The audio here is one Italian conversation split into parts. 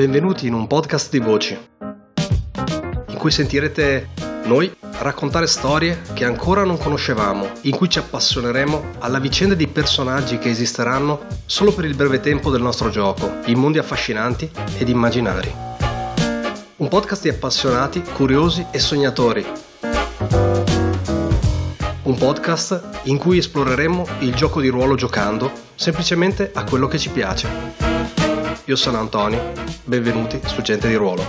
Benvenuti in un podcast di voci, in cui sentirete noi raccontare storie che ancora non conoscevamo, in cui ci appassioneremo alla vicenda di personaggi che esisteranno solo per il breve tempo del nostro gioco, in mondi affascinanti ed immaginari. Un podcast di appassionati, curiosi e sognatori. Un podcast in cui esploreremo il gioco di ruolo giocando semplicemente a quello che ci piace. Io sono Antonio, benvenuti su Gente di Ruolo.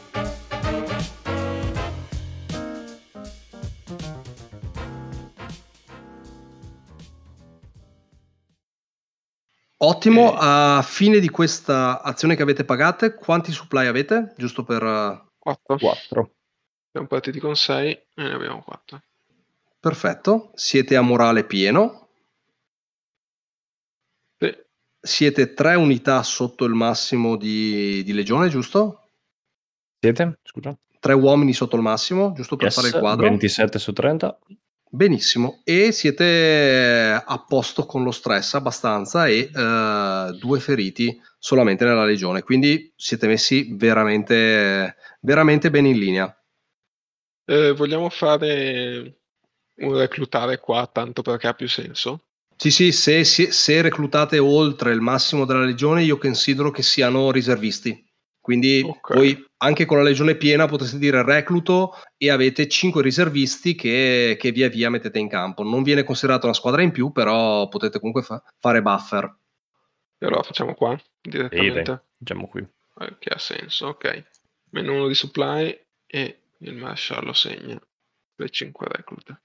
Ottimo, a fine di questa azione che avete pagate, quanti supply avete? Giusto per... 4. 4. Siamo partiti con 6 e ne abbiamo 4. Perfetto, siete a morale pieno. Sì. Siete 3 unità sotto il massimo di legione, giusto? Siete? Scusa. 3 uomini sotto il massimo, giusto per fare il quadro. 27 su 30. Benissimo, e siete a posto con lo stress abbastanza e 2 feriti solamente nella legione, quindi siete messi veramente, veramente bene in linea. Vogliamo fare un reclutare qua tanto perché ha più senso? Sì, se reclutate oltre il massimo della legione io considero che siano riservisti, quindi Ok. voi anche con la legione piena potreste dire recluto e avete 5 riservisti che via via mettete in campo. Non viene considerata una squadra in più, però potete comunque fare buffer. E allora facciamo qua direttamente. Facciamo qui. Che ha senso, ok. Meno 1 di supply e il maresciallo segna le 5 reclute.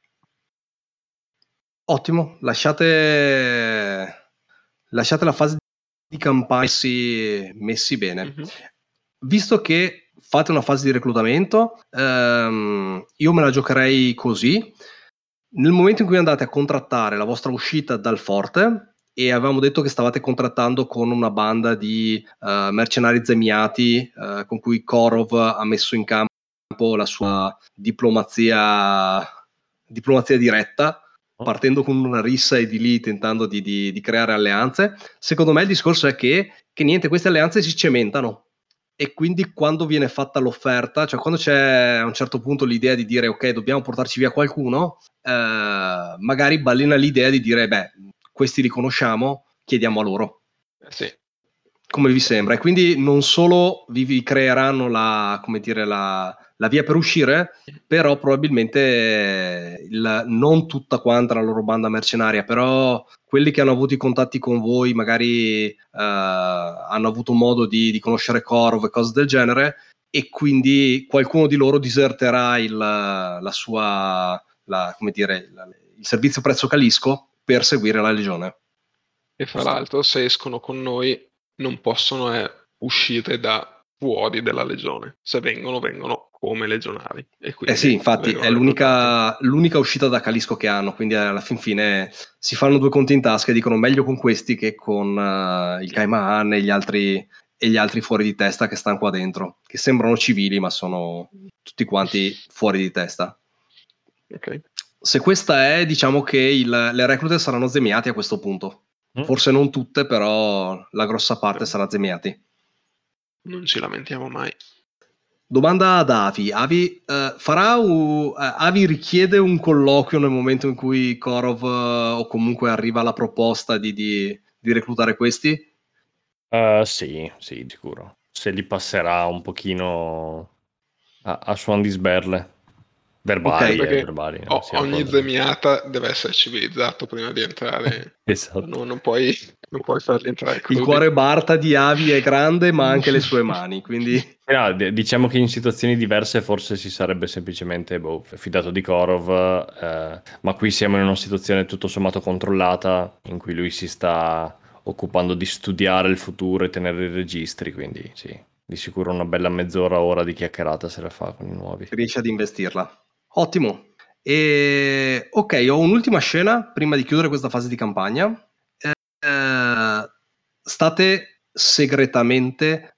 Ottimo, lasciate la fase di campagna messi bene. Mhm. Visto che fate una fase di reclutamento, io me la giocherei così. Nel momento in cui andate a contrattare la vostra uscita dal forte, e avevamo detto che stavate contrattando con una banda di mercenari zemiati con cui Korov ha messo in campo la sua diplomazia diretta, partendo con una rissa e di lì tentando di creare alleanze. Secondo me il discorso è che niente, queste alleanze si cementano. E quindi quando viene fatta l'offerta, cioè quando c'è a un certo punto l'idea di dire ok, dobbiamo portarci via qualcuno, magari ballina l'idea di dire beh, questi li conosciamo, chiediamo a loro. Sì. Come vi sembra? E quindi non solo vi creeranno la via per uscire, però probabilmente non tutta quanta la loro banda mercenaria, però quelli che hanno avuto i contatti con voi magari hanno avuto modo di conoscere Korov e cose del genere, e quindi qualcuno di loro diserterà il servizio prezzo Calisco per seguire la legione. E fra l'altro se escono con noi non possono uscire da fuori della legione. Se vengono come legionari. E quindi Sì, infatti è reclutati. l'unica uscita da Calisco che hanno, quindi alla fin fine si fanno 2 conti in tasca e dicono meglio con questi che con il Cayman e gli altri fuori di testa che stanno qua dentro, che sembrano civili ma sono tutti quanti fuori di testa. Ok. Se questa è, diciamo che le reclute saranno zemiati a questo punto. Forse non tutte, però la grossa parte sarà zemiati. Non ci lamentiamo mai. Domanda ad Avi. Avi, Avi richiede un colloquio nel momento in cui Korov o comunque arriva la proposta di reclutare questi? Sì, sicuro. Se li passerà un pochino a suon di sberle. Verbali, Ok. verbali. Non siamo Ogni proprio- zemiata deve essere civilizzato prima di entrare. Esatto. Non puoi farli entrare crudi. Il cuore Barta di Avi è grande, ma anche le sue mani, quindi... No, diciamo che in situazioni diverse forse si sarebbe semplicemente fidato di Korov, ma qui siamo in una situazione tutto sommato controllata in cui lui si sta occupando di studiare il futuro e tenere i registri, quindi sì, di sicuro una bella mezz'ora, ora di chiacchierata se la fa con i nuovi. Riesce ad investirla. Ottimo. E ok, ho un'ultima scena prima di chiudere questa fase di campagna. State segretamente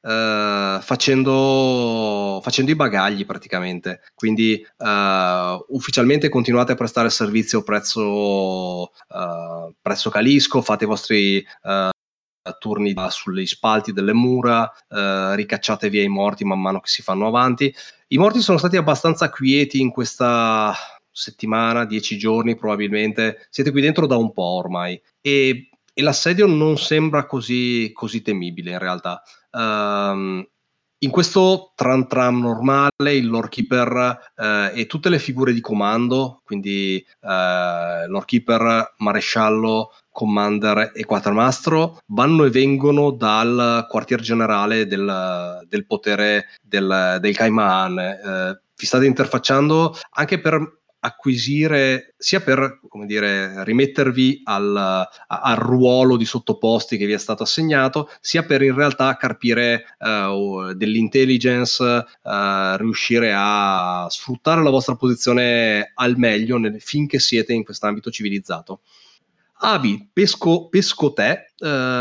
facendo i bagagli praticamente, quindi ufficialmente continuate a prestare servizio prezzo Calisco, fate i vostri turni sugli spalti delle mura, ricacciate via i morti man mano che si fanno avanti. I morti sono stati abbastanza quieti in questa settimana, 10 giorni probabilmente. Siete qui dentro da un po' ormai e l'assedio non sembra così temibile in realtà. In questo tram normale il Lord Keeper e tutte le figure di comando, quindi Lord Keeper, maresciallo, commander e quartermastro, vanno e vengono dal quartier generale del potere del Kaiman. Vi state interfacciando anche per acquisire, sia per, come dire, rimettervi al ruolo di sottoposti che vi è stato assegnato, sia per in realtà carpire dell'intelligence, riuscire a sfruttare la vostra posizione al meglio finché siete in quest'ambito civilizzato. Avi, pesco te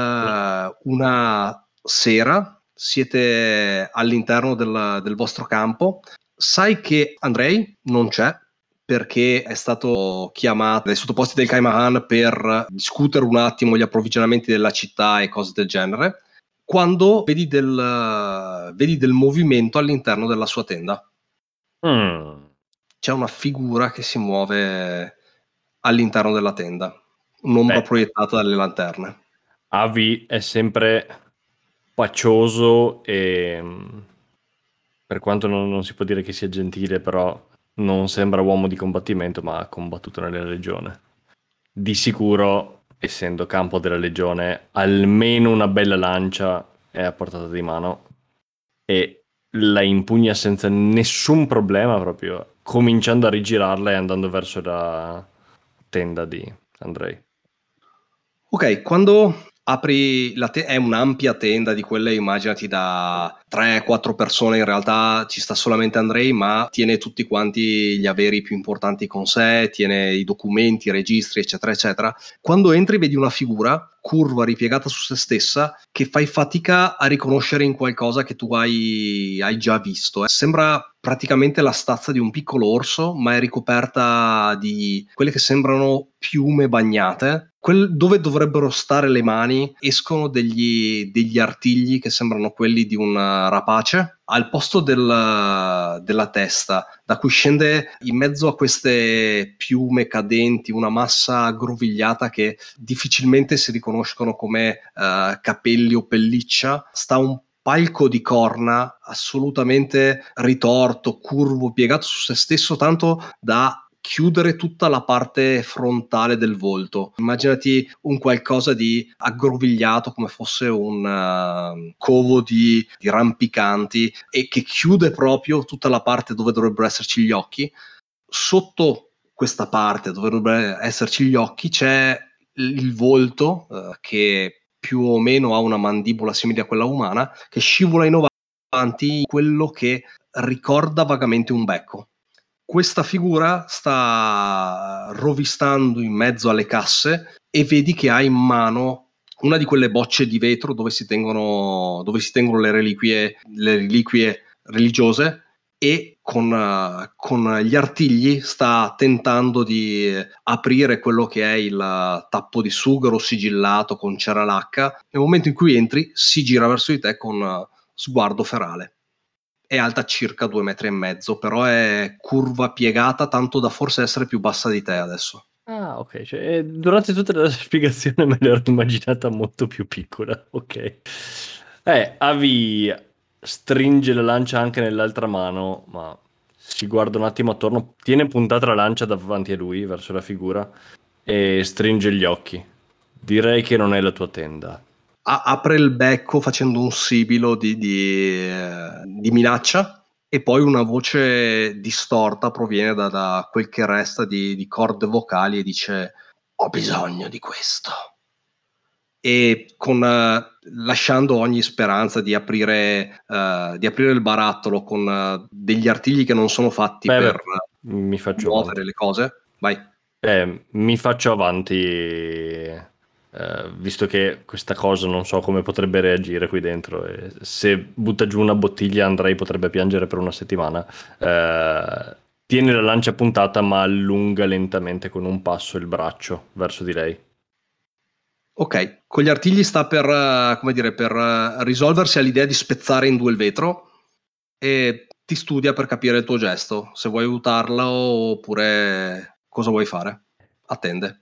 una sera, siete all'interno del vostro campo, sai che Andrei non c'è perché è stato chiamato dai sottoposti del Kaimahan per discutere un attimo gli approvvigionamenti della città e cose del genere, quando vedi del movimento all'interno della sua tenda. C'è una figura che si muove all'interno della tenda, un'ombra proiettata dalle lanterne. Avi è sempre pacioso e, per quanto non si può dire che sia gentile, però non sembra uomo di combattimento, ma ha combattuto nella legione. Di sicuro, essendo campo della legione, almeno una bella lancia è a portata di mano e la impugna senza nessun problema, proprio cominciando a rigirarla e andando verso la tenda di Andrei. Ok, quando apri è un'ampia tenda di quelle, immaginati da 3-4 persone, in realtà ci sta solamente Andrei, ma tiene tutti quanti gli averi più importanti con sé, tiene i documenti, i registri, eccetera, eccetera. Quando entri vedi una figura curva, ripiegata su se stessa, che fai fatica a riconoscere in qualcosa che tu hai già visto. Sembra praticamente la stazza di un piccolo orso, ma è ricoperta di quelle che sembrano piume bagnate. Dove dovrebbero stare le mani escono degli artigli che sembrano quelli di un rapace al posto della testa, da cui scende in mezzo a queste piume cadenti una massa aggrovigliata che difficilmente si riconoscono come capelli o pelliccia. Sta un palco di corna assolutamente ritorto, curvo, piegato su se stesso, tanto da chiudere tutta la parte frontale del volto. Immaginati un qualcosa di aggrovigliato come fosse un covo di rampicanti e che chiude proprio tutta la parte dove dovrebbero esserci gli occhi. Sotto questa parte dove dovrebbero esserci gli occhi c'è il volto che più o meno ha una mandibola simile a quella umana, che scivola in avanti quello che ricorda vagamente un becco. Questa figura sta rovistando in mezzo alle casse e vedi che ha in mano una di quelle bocce di vetro dove si tengono le reliquie religiose, e con gli artigli sta tentando di aprire quello che è il tappo di sughero sigillato con cera lacca. Nel momento in cui entri si gira verso di te con sguardo ferale. È alta circa 2,5 metri, però è curva, piegata, tanto da forse essere più bassa di te adesso. Ah, ok. Cioè, durante tutta la spiegazione me l'ero immaginata molto più piccola. Ok. Avi stringe la lancia anche nell'altra mano, ma si guarda un attimo attorno, tiene puntata la lancia davanti a lui, verso la figura, e stringe gli occhi. Direi che non è la tua tenda. Apre il becco facendo un sibilo di minaccia, e poi una voce distorta proviene da quel che resta di corde vocali e dice: ho bisogno di questo. E lasciando ogni speranza di aprire il barattolo con degli artigli che non sono fatti per mi faccio muovere avanti. le cose, vai. Mi faccio avanti, visto che questa cosa non so come potrebbe reagire qui dentro. E se butta giù una bottiglia Andrei potrebbe piangere per una settimana. Tiene la lancia puntata ma allunga lentamente con un passo il braccio verso di lei. Ok, con gli artigli sta per, per risolversi all'idea di spezzare in due il vetro e ti studia per capire il tuo gesto, se vuoi aiutarla oppure cosa vuoi fare. Attende.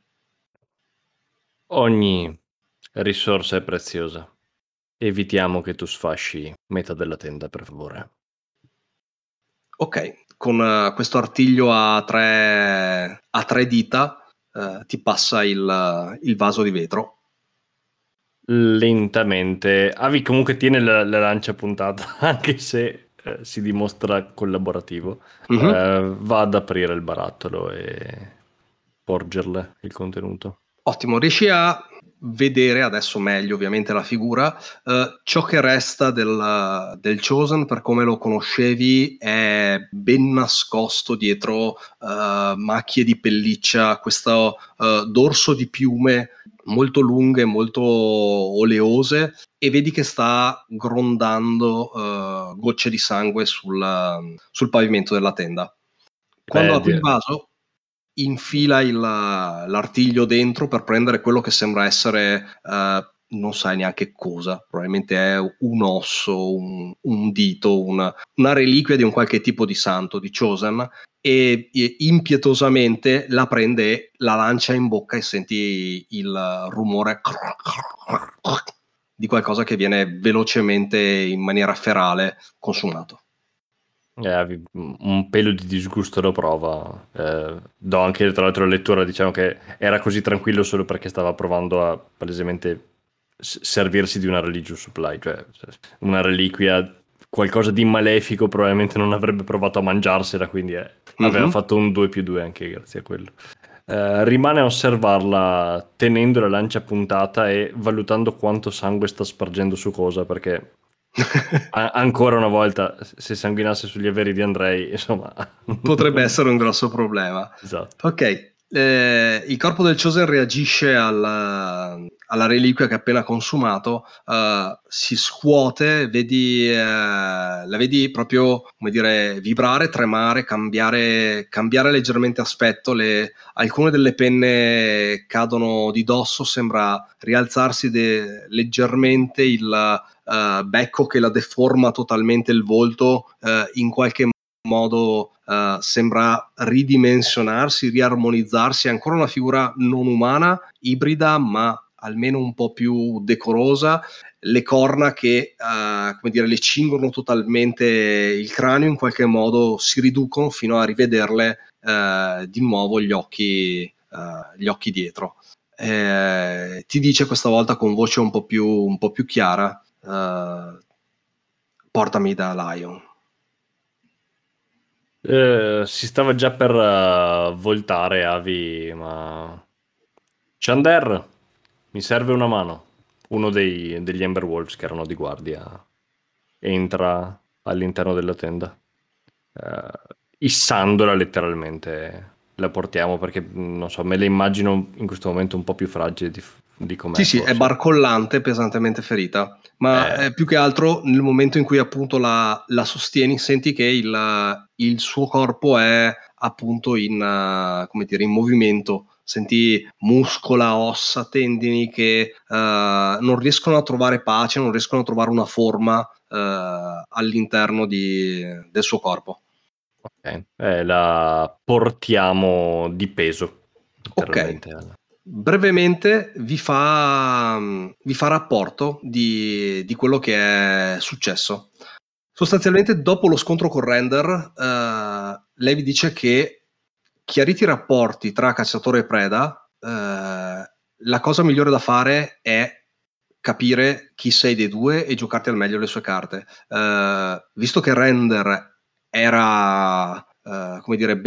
Ogni risorsa è preziosa. Evitiamo che tu sfasci metà della tenda, per favore. Ok, con questo artiglio a tre dita ti passa il vaso di vetro. Lentamente. Avi comunque tiene la lancia puntata, anche se si dimostra collaborativo. Mhm. Va ad aprire il barattolo e porgerle il contenuto. Ottimo, riesci a vedere adesso meglio ovviamente la figura. Ciò che resta del Chosen per come lo conoscevi è ben nascosto dietro macchie di pelliccia, questo dorso di piume molto lunghe, molto oleose, e vedi che sta grondando gocce di sangue sul pavimento della tenda. Quando Beh, apri il vaso, infila l'artiglio dentro per prendere quello che sembra essere, non sai neanche cosa, probabilmente è un osso, un dito, una reliquia di un qualche tipo di santo, di Chosen, e impietosamente la prende e la lancia in bocca e senti il rumore di qualcosa che viene velocemente, in maniera ferale, consumato. un pelo di disgusto lo prova. Do anche tra l'altro lettura, diciamo che era così tranquillo solo perché stava provando a palesemente servirsi di una religious supply, cioè una reliquia, qualcosa di malefico probabilmente non avrebbe provato a mangiarsela, quindi aveva Mhm. fatto un 2+2 anche grazie a quello. Rimane a osservarla tenendo la lancia puntata e valutando quanto sangue sta spargendo su cosa, perché ancora una volta, se sanguinasse sugli averi di Andrei, insomma. Potrebbe essere un grosso problema. Esatto. Ok, il corpo del Chosen reagisce alla reliquia che ha appena consumato, si scuote, la vedi proprio, come dire, vibrare, tremare, cambiare leggermente aspetto, alcune delle penne cadono di dosso, sembra rialzarsi leggermente il becco che la deforma totalmente il volto, in qualche modo sembra ridimensionarsi, riarmonizzarsi. È ancora una figura non umana, ibrida, ma almeno un po' più decorosa. Le corna che come dire, le cingono totalmente il cranio, in qualche modo si riducono fino a rivederle di nuovo gli occhi dietro. Ti dice questa volta con voce un po' più chiara: portami da Lion. Si stava già per voltare Avi, ma Chander, mi serve una mano. Uno degli Ember Wolves che erano di guardia entra all'interno della tenda. Issandola letteralmente la portiamo perché non so, me la immagino in questo momento un po' più fragile di Sì, com'è sì, è forse. barcollante, pesantemente ferita, ma più che altro nel momento in cui appunto la sostieni, senti che il suo corpo è appunto come dire, in movimento. Senti muscola, ossa, tendini che non riescono a trovare pace, non riescono a trovare una forma all'interno del suo corpo. Ok, la portiamo di peso, Ok. letteralmente. Brevemente vi fa rapporto di quello che è successo. Sostanzialmente, dopo lo scontro con Render, lei vi dice che, chiariti i rapporti tra cacciatore e preda, la cosa migliore da fare è capire chi sei dei due e giocarti al meglio le sue carte. Visto che Render era, come dire,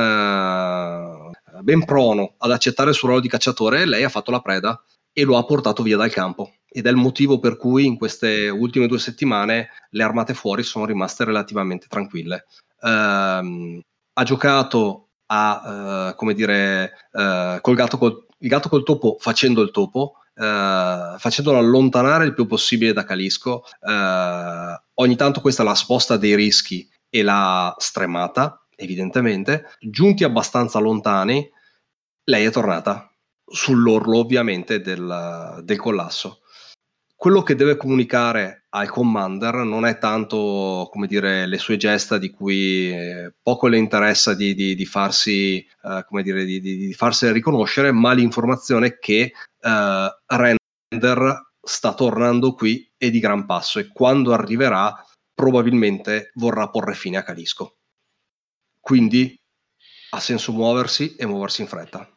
ben prono ad accettare il suo ruolo di cacciatore, lei ha fatto la preda e lo ha portato via dal campo. Ed è il motivo per cui in queste ultime 2 settimane le armate fuori sono rimaste relativamente tranquille. Ha giocato come dire, il gatto col topo facendo il topo, facendolo allontanare il più possibile da Calisco. Ogni tanto questa l'ha sposta dei rischi e l'ha stremata, evidentemente. Giunti abbastanza lontani, lei è tornata sull'orlo ovviamente del collasso. Quello che deve comunicare al commander non è tanto, come dire, le sue gesta di cui poco le interessa di farsi, come dire, di farsi riconoscere, ma l'informazione che Render sta tornando qui e di gran passo, e quando arriverà probabilmente vorrà porre fine a Kalisco. Quindi ha senso muoversi e muoversi in fretta.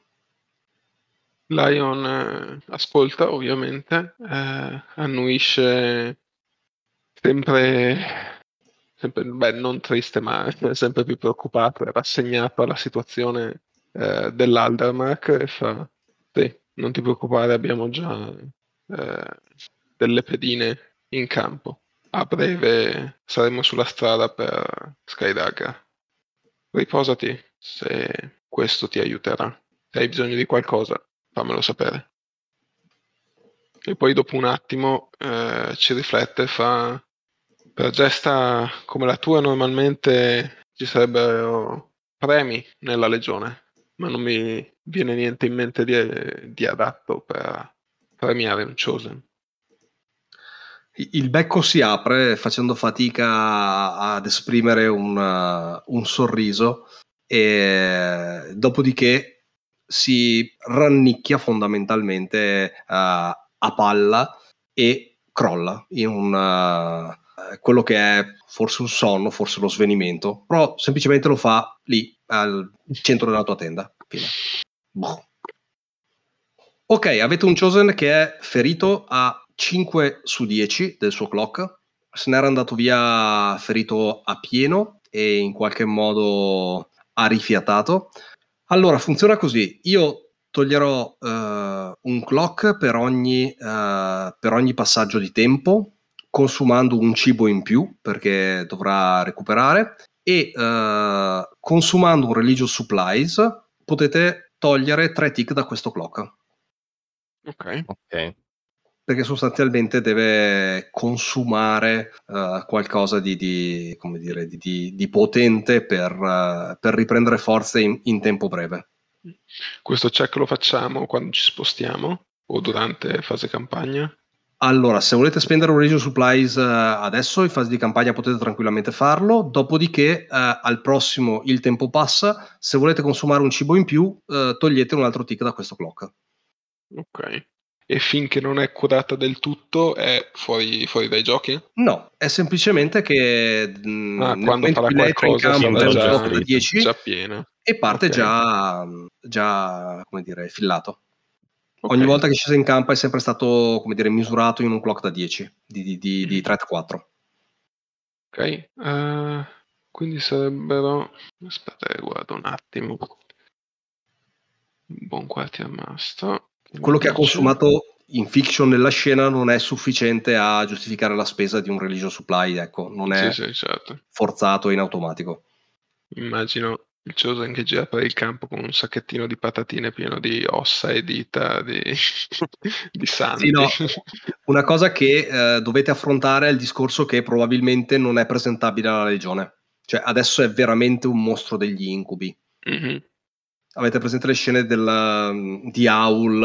Lion ascolta, ovviamente, annuisce sempre, non triste, ma sempre più preoccupato e rassegnato alla situazione dell'Aldermark, e fa: sì, non ti preoccupare, abbiamo già delle pedine in campo. A breve saremo sulla strada per Skydagger. Riposati, se questo ti aiuterà. Se hai bisogno di qualcosa, fammelo sapere. E poi dopo un attimo ci riflette e fa: per gesta come la tua normalmente ci sarebbero premi nella legione, ma non mi viene niente in mente di adatto per premiare un Chosen. Il becco si apre facendo fatica ad esprimere un sorriso, e dopodiché si rannicchia fondamentalmente a palla e crolla in quello che è forse un sonno, forse lo svenimento, però semplicemente lo fa lì al centro della tua tenda. Fine. Boh. Ok, avete un Chosen che è ferito a 5 su 10 del suo clock. Se n'era andato via ferito a pieno e in qualche modo ha rifiatato. Allora, funziona così. Io toglierò un clock per ogni passaggio di tempo, consumando un cibo in più perché dovrà recuperare, e consumando un Religious Supplies potete togliere 3 tick da questo clock. Ok. Perché sostanzialmente deve consumare qualcosa come dire, di potente per riprendere forze in tempo breve. Questo check lo facciamo quando ci spostiamo o durante fase campagna? Allora, se volete spendere un Regio Supplies adesso, in fase di campagna, potete tranquillamente farlo. Dopodiché, al prossimo il tempo passa. Se volete consumare un cibo in più, togliete un altro tick da questo clock. Ok. E finché non è curata del tutto è fuori dai giochi? No, è semplicemente che nel Quando momento in farà cui lei entra in qualcosa campo sarà è un già clock da free. 10 già piena. e parte Ok. già, come dire, fillato. Ok. Ogni volta che scese in campo è sempre stato, come dire, misurato in un clock da 10 di threat 4. Ok. Quindi sarebbero... Aspetta, guardo un attimo. Un buon quartiermastro. Che mi Quello che ha dice... consumato in fiction nella scena non è sufficiente a giustificare la spesa di un religious supply, ecco, non è Sì, certo. forzato in automatico. Immagino il Chosen che gira per il campo con un sacchettino di patatine pieno di ossa e dita di santi. Sì, no, una cosa che dovete affrontare è il discorso che probabilmente non è presentabile alla legione. Cioè, adesso è veramente un mostro degli incubi. Mhm. Avete presente le scene di Howl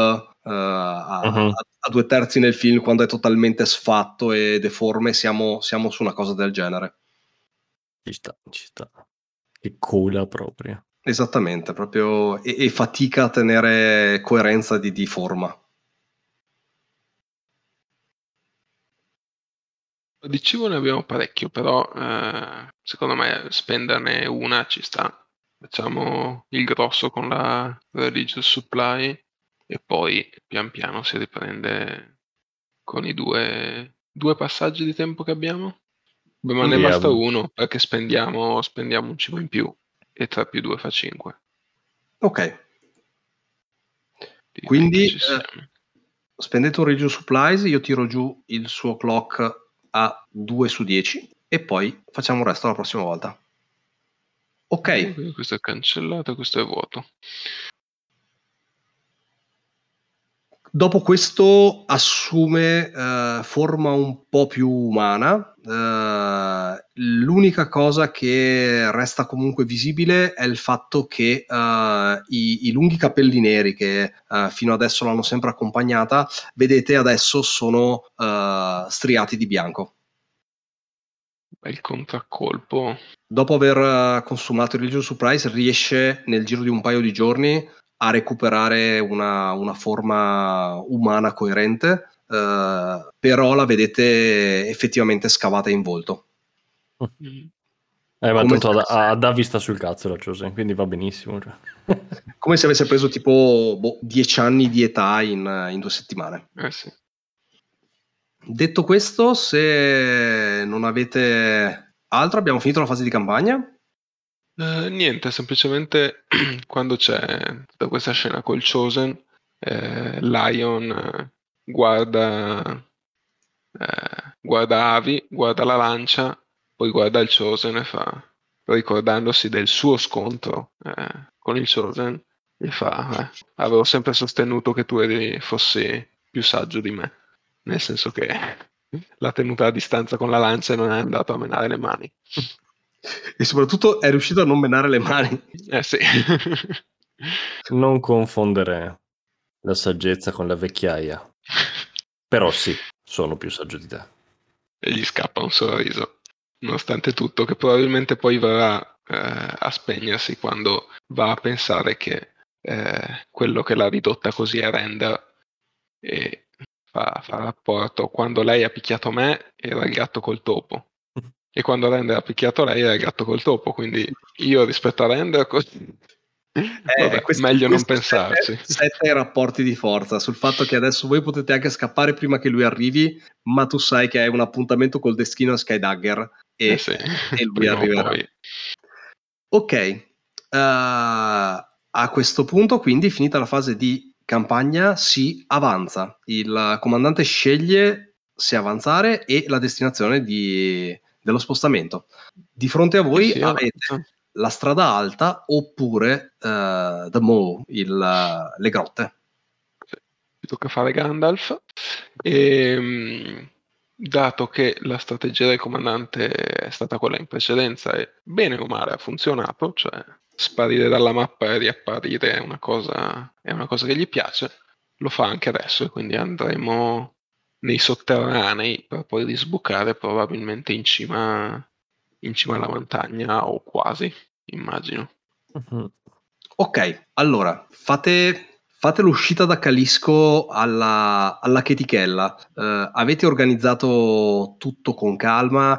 a 2/3 nel film, quando è totalmente sfatto e deforme? Siamo su una cosa del genere. Ci sta. Che cola proprio. Esattamente, proprio, e fatica a tenere coerenza di forma. Di cibo ne abbiamo parecchio, però secondo me spenderne una ci sta. Facciamo il grosso con la Religious Supply e poi pian piano si riprende con i due passaggi di tempo che abbiamo. Beh, ma ne basta uno perché spendiamo un cibo in più e 3 più 2 fa 5. Ok, Direi che quindi ci siamo. spendete un Regio Supplies, io tiro giù il suo clock a 2 su 10 e poi facciamo il resto la prossima volta. Ok, Quindi questo è cancellato, questo è vuoto. Dopo questo assume forma un po' più umana. L'unica cosa che resta comunque visibile è il fatto che i lunghi capelli neri che fino adesso l'hanno sempre accompagnata, vedete adesso sono striati di bianco. Bel contraccolpo. Dopo aver consumato il Religious Surprise riesce nel giro di un paio di giorni a recuperare una forma umana coerente, però la vedete effettivamente scavata in volto. Mm. Ma Come tanto se a Davvi sta sul cazzo la Chosen, quindi va benissimo. Cioè. come se avesse preso tipo 10 anni di età in 2 settimane. Sì. Detto questo, se non avete altro, abbiamo finito la fase di campagna. Niente, semplicemente quando c'è tutta questa scena col Chosen, Lion guarda Avi, guarda la lancia, poi guarda il Chosen e fa, ricordandosi del suo scontro con il Chosen, e fa, avevo sempre sostenuto che fossi più saggio di me, nel senso che la tenuta a distanza con la lancia non è andato a menare le mani. E soprattutto è riuscito a non menare le mani. Sì. Non confondere la saggezza con la vecchiaia. Però sì, sono più saggio di te. E gli scappa un sorriso, nonostante tutto, che probabilmente poi verrà a spegnersi quando va a pensare che quello che l'ha ridotta così è Render, e fa rapporto. Quando lei ha picchiato me era il gatto col topo, e quando Render ha picchiato lei era il gatto col topo, quindi io rispetto a Render vabbè, meglio non questo pensarci. setta i rapporti di forza sul fatto che adesso voi potete anche scappare prima che lui arrivi, ma tu sai che hai un appuntamento col destino a Skydagger e, Sì, e lui prima o arriverà. poi. Ok, a questo punto quindi finita la fase di campagna si avanza, il comandante sceglie se avanzare e la destinazione dello spostamento. Di fronte a voi Sì, avete avanza. la strada alta oppure The Mow, le grotte. Ci tocca fare Gandalf, e dato che la strategia del comandante è stata quella in precedenza e bene o male ha funzionato, cioè sparire dalla mappa e riapparire è una cosa che gli piace, lo fa anche adesso, e quindi andremo nei sotterranei per poi risbucare probabilmente in cima alla montagna, o quasi, immagino. Ok, allora fate l'uscita da Calisco alla chetichella. Avete organizzato tutto con calma.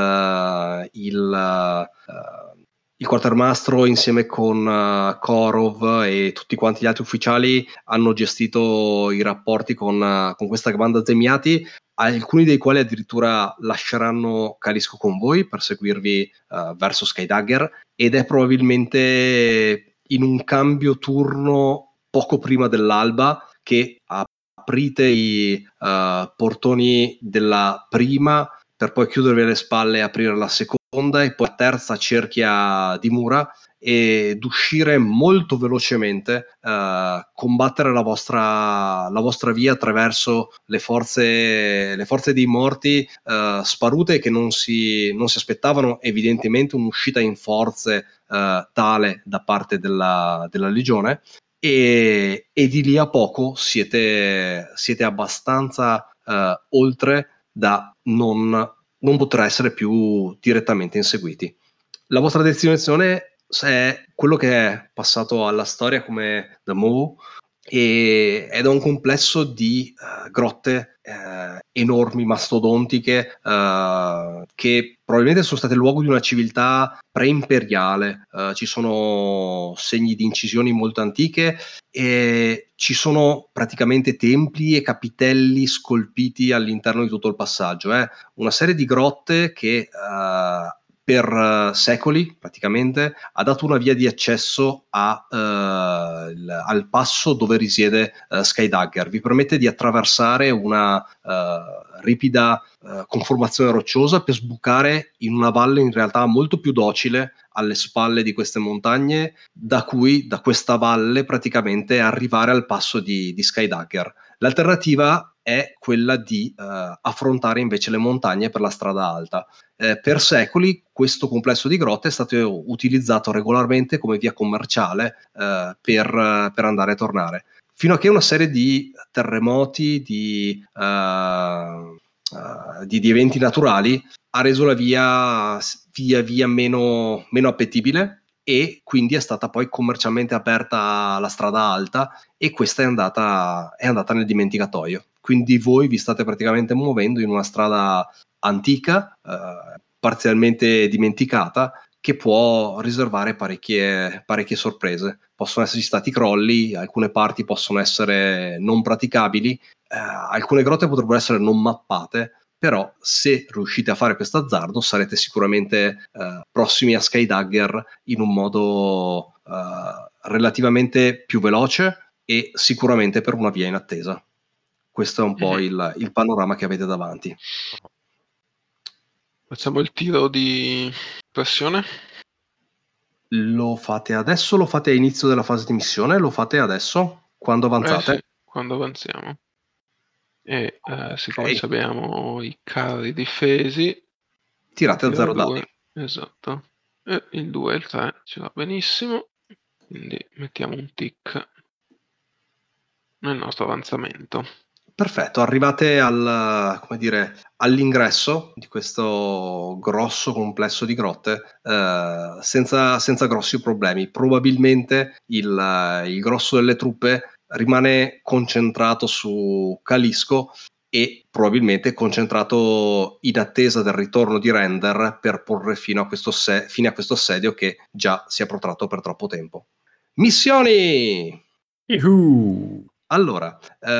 Il quartermastro insieme con Korov e tutti quanti gli altri ufficiali hanno gestito i rapporti con questa banda Zemiati, alcuni dei quali addirittura lasceranno Calisco con voi per seguirvi verso Skydagger, ed è probabilmente in un cambio turno poco prima dell'alba che aprite i portoni della prima per poi chiudervi alle spalle e aprire la seconda e poi la terza cerchia di mura ed uscire molto velocemente, combattere la vostra via attraverso le forze dei morti sparute, che non si aspettavano evidentemente un'uscita in forze tale da parte della legione, e di lì a poco siete abbastanza oltre da non poter essere più direttamente inseguiti. La vostra destinazione è quello che è passato alla storia come The Move, ed è un complesso di grotte enormi, mastodontiche, che probabilmente sono state il luogo di una civiltà preimperiale. Ci sono segni di incisioni molto antiche e ci sono praticamente templi e capitelli scolpiti all'interno di tutto il passaggio. Una serie di grotte che per secoli praticamente ha dato una via di accesso al passo dove risiede Skydagger. Vi permette di attraversare una ripida conformazione rocciosa per sbucare in una valle in realtà molto più docile alle spalle di queste montagne, da questa valle praticamente arrivare al passo di Skydagger. L'alternativa è quella di affrontare invece le montagne per la strada alta. Per secoli questo complesso di grotte è stato utilizzato regolarmente come via commerciale per andare e tornare, fino a che una serie di terremoti, di eventi naturali ha reso la via via meno appetibile, e quindi è stata poi commercialmente aperta la strada alta, e questa è andata nel dimenticatoio. Quindi voi vi state praticamente muovendo in una strada antica, parzialmente dimenticata, che può riservare parecchie sorprese. Possono esserci stati crolli, alcune parti possono essere non praticabili, alcune grotte potrebbero essere non mappate, però se riuscite a fare questo azzardo sarete sicuramente prossimi a Skydagger in un modo relativamente più veloce, e sicuramente per una via in attesa. Questo è un po' il panorama che avete davanti. Facciamo il tiro di pressione? Lo fate adesso? Lo fate a inizio della fase di missione? Lo fate adesso? Quando avanzate? Sì, quando avanziamo. E siccome Ok. abbiamo i carri difesi, Tirate a tiro 0 2, dadi. esatto. E il 2 e il 3 ci va benissimo, quindi mettiamo un tick nel nostro avanzamento. Perfetto, arrivate all'ingresso di questo grosso complesso di grotte senza grossi problemi. Probabilmente il grosso delle truppe rimane concentrato su Calisco, e probabilmente concentrato in attesa del ritorno di Render per porre fine a questo assedio che già si è protratto per troppo tempo. Missioni! Yuhu! Allora,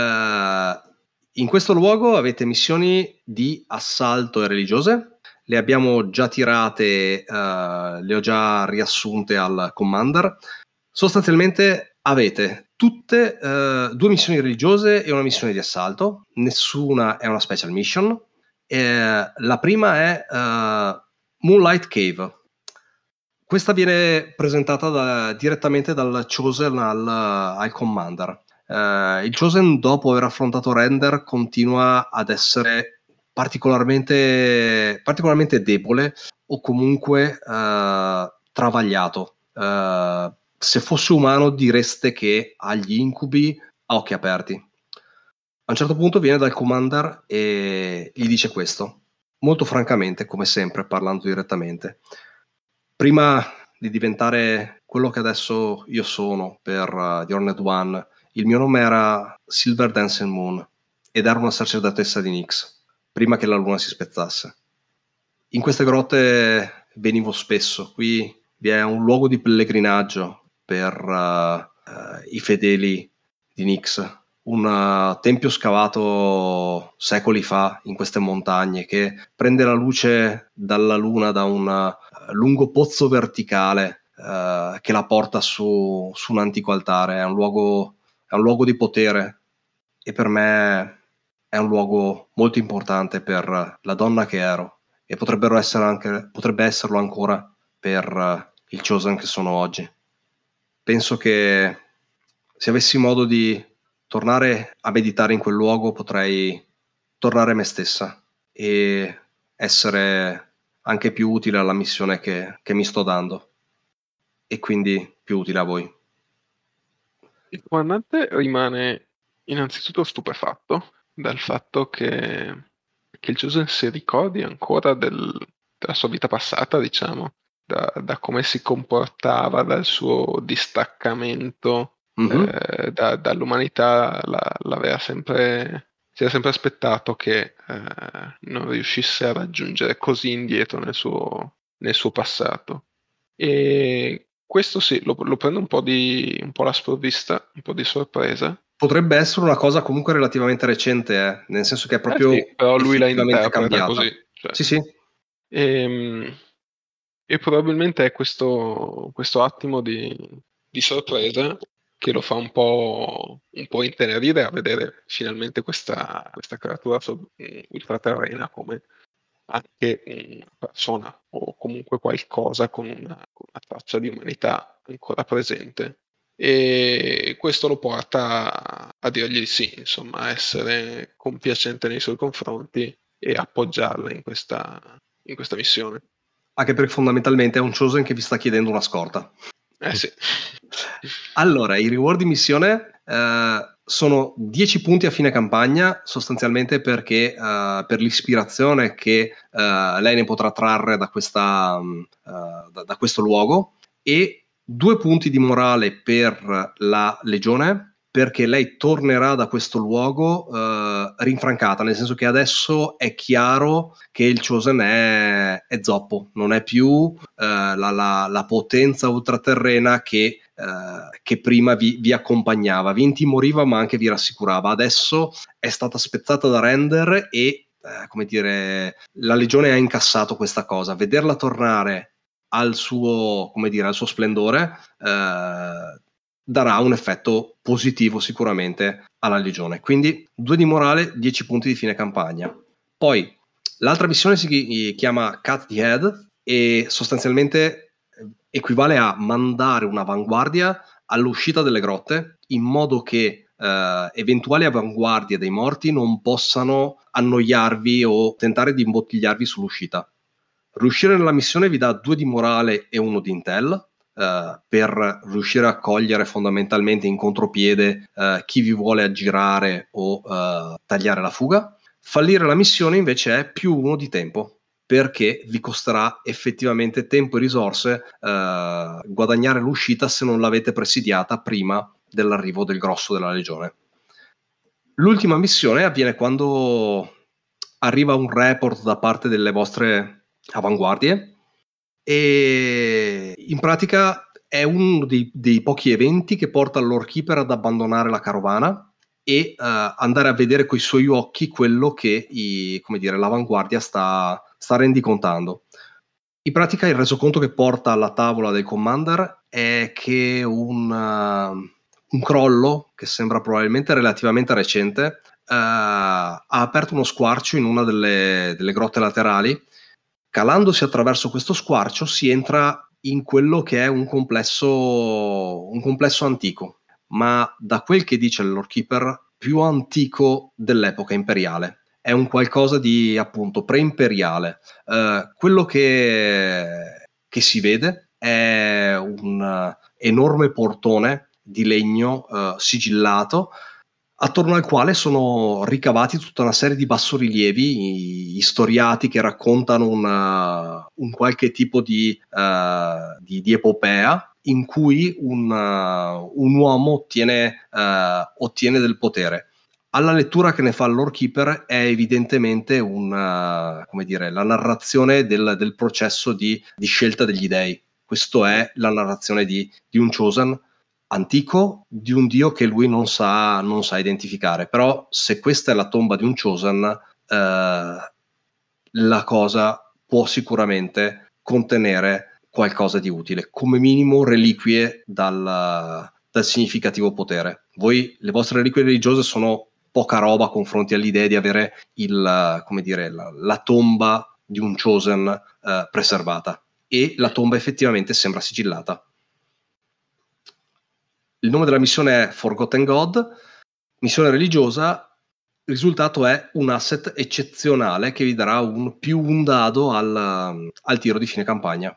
in questo luogo avete missioni di assalto e religiose. Le abbiamo già tirate, le ho già riassunte al Commander. Sostanzialmente avete tutte 2 missioni religiose e una missione di assalto. Nessuna è una special mission. La prima è Moonlight Cave. Questa viene presentata direttamente dal Chosen al Commander. Il Chosen, dopo aver affrontato Render, continua ad essere particolarmente debole, o comunque travagliato. Se fosse umano direste che ha gli incubi a occhi aperti. A un certo punto viene dal Commander e gli dice questo, molto francamente, come sempre, parlando direttamente. Prima di diventare quello che adesso io sono per The Horned One, il mio nome era Silver Dancing Moon, ed ero una sacerdotessa di Nyx, prima che la luna si spezzasse. In queste grotte venivo spesso. Qui vi è un luogo di pellegrinaggio per i fedeli di Nyx, un tempio scavato secoli fa in queste montagne, che prende la luce dalla luna da un lungo pozzo verticale che la porta su un antico altare. È un luogo di potere, e per me è un luogo molto importante per la donna che ero, e potrebbe esserlo ancora per il Chosen che sono oggi. Penso che se avessi modo di tornare a meditare in quel luogo, potrei tornare me stessa e essere anche più utile alla missione che mi sto dando, e quindi più utile a voi. Il comandante rimane innanzitutto stupefatto dal fatto che il Chosen si ricordi ancora della sua vita passata, diciamo, da come si comportava, dal suo distaccamento dall'umanità. Si era sempre aspettato che non riuscisse a raggiungere così indietro nel suo passato. E questo sì, lo prende un po' alla sprovvista, un po' di sorpresa. Potrebbe essere una cosa comunque relativamente recente, nel senso che è Sì, proprio però lui la effettivamente interpreta cambiata. così, cioè. Sì, sì. E probabilmente è questo attimo di sorpresa che lo fa un po' intenerire a vedere finalmente questa creatura ultraterrena come anche una persona, o comunque qualcosa con una traccia di umanità ancora presente. e questo lo porta a dirgli di sì, insomma, a essere compiacente nei suoi confronti e appoggiarla in questa missione. Anche perché fondamentalmente è un Chosen che vi sta chiedendo una scorta. Sì. Allora, i reward di missione sono 10 punti a fine campagna, sostanzialmente perché per l'ispirazione che lei ne potrà trarre da questo luogo, e 2 punti di morale per la legione, perché lei tornerà da questo luogo rinfrancata, nel senso che adesso è chiaro che il Chosen è zoppo, non è più la potenza ultraterrena che prima vi accompagnava, vi intimoriva ma anche vi rassicurava. Adesso è stata spezzata da Render e come dire, la Legione ha incassato questa cosa. Vederla tornare al suo, come dire, al suo splendore darà un effetto positivo sicuramente alla Legione. Quindi 2 di morale, 10 punti di fine campagna. Poi l'altra missione si chiama Cut the Head e sostanzialmente equivale a mandare un'avanguardia all'uscita delle grotte in modo che eventuali avanguardie dei morti non possano annoiarvi o tentare di imbottigliarvi sull'uscita. Riuscire nella missione vi dà 2 di morale e 1 di intel per riuscire a cogliere fondamentalmente in contropiede chi vi vuole aggirare o tagliare la fuga. Fallire la missione invece è più 1 di tempo, perché vi costerà effettivamente tempo e risorse guadagnare l'uscita se non l'avete presidiata prima dell'arrivo del grosso della legione. L'ultima missione avviene quando arriva un report da parte delle vostre avanguardie e in pratica è uno dei pochi eventi che porta il Lore Keeper ad abbandonare la carovana e andare a vedere coi suoi occhi quello che come dire, l'avanguardia sta rendicontando. In pratica il resoconto che porta alla tavola del commander è che un crollo, che sembra probabilmente relativamente recente, ha aperto uno squarcio in una delle grotte laterali. Calandosi attraverso questo squarcio si entra in quello che è un complesso antico, ma da quel che dice il Lore Keeper più antico dell'epoca imperiale. È un qualcosa di appunto pre-imperiale. Quello che si vede è un enorme portone di legno sigillato, attorno al quale sono ricavati tutta una serie di bassorilievi istoriati che raccontano un qualche tipo di epopea in cui un uomo ottiene del potere. Alla lettura che ne fa il Lore Keeper è evidentemente come dire, la narrazione del processo di scelta degli dei. Questa è la narrazione di un Chosen antico, di un dio che lui non sa identificare. Però se questa è la tomba di un Chosen, la cosa può sicuramente contenere qualcosa di utile, come minimo reliquie dal significativo potere. Le vostre reliquie religiose sono poca roba a confronti all'idea di avere come dire, la tomba di un Chosen preservata, e la tomba effettivamente sembra sigillata. Il nome della missione è Forgotten God, missione religiosa. Il risultato è un asset eccezionale che vi darà più un dado al tiro di fine campagna.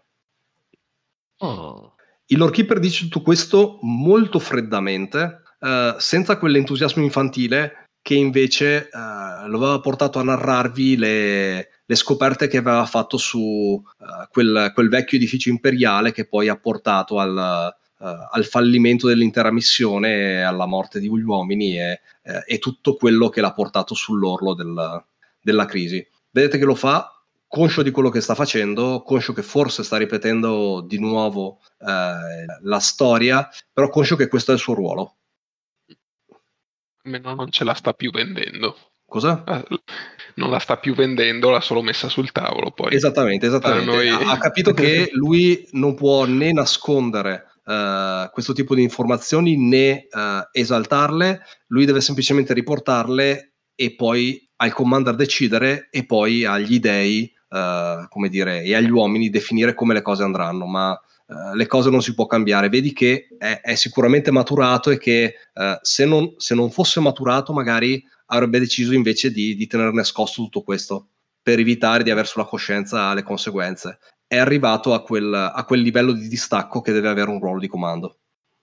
Il Lore Keeper dice tutto questo molto freddamente, senza quell'entusiasmo infantile che invece lo aveva portato a narrarvi le scoperte che aveva fatto su quel vecchio edificio imperiale che poi ha portato al fallimento dell'intera missione e alla morte di uomini e tutto quello che l'ha portato sull'orlo della crisi. Vedete che lo fa conscio di quello che sta facendo, conscio che forse sta ripetendo di nuovo la storia, però conscio che questo è il suo ruolo. Almeno non ce la sta più vendendo. Cosa? Non la sta più vendendo, l'ha solo messa sul tavolo poi. Esattamente. Noi... Ha capito che lui non può né nascondere questo tipo di informazioni né esaltarle, lui deve semplicemente riportarle e poi al commander decidere e poi agli dei come dire, e agli uomini definire come le cose andranno, ma le cose non si può cambiare. Vedi che è sicuramente maturato e che se non fosse maturato magari avrebbe deciso invece di tenere nascosto tutto questo per evitare di aver sulla coscienza le conseguenze. È arrivato a quel livello di distacco che deve avere un ruolo di comando.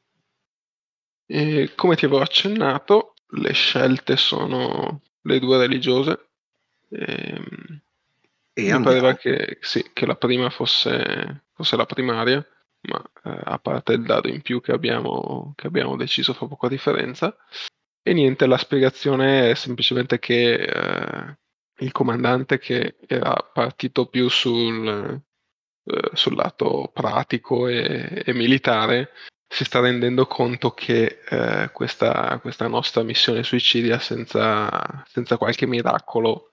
E come ti avevo accennato, le scelte sono le due religiose. E Mi andiamo. pareva che la prima fosse la primaria, ma a parte il dado in più che abbiamo deciso fa poca differenza. E niente, la spiegazione è semplicemente che il comandante, che era partito più sul lato pratico e militare, si sta rendendo conto che questa nostra missione suicidia senza qualche miracolo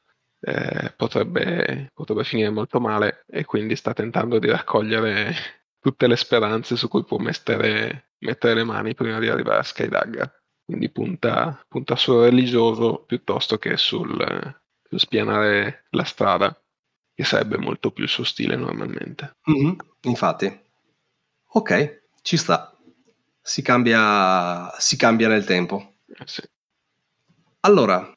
potrebbe finire molto male, e quindi sta tentando di raccogliere tutte le speranze su cui può mettere le mani prima di arrivare a Skydagger. Quindi punta sul religioso piuttosto che sul spianare la strada, che sarebbe molto più il suo stile normalmente. Infatti. Ok, ci sta. Si cambia nel tempo. Sì. Allora,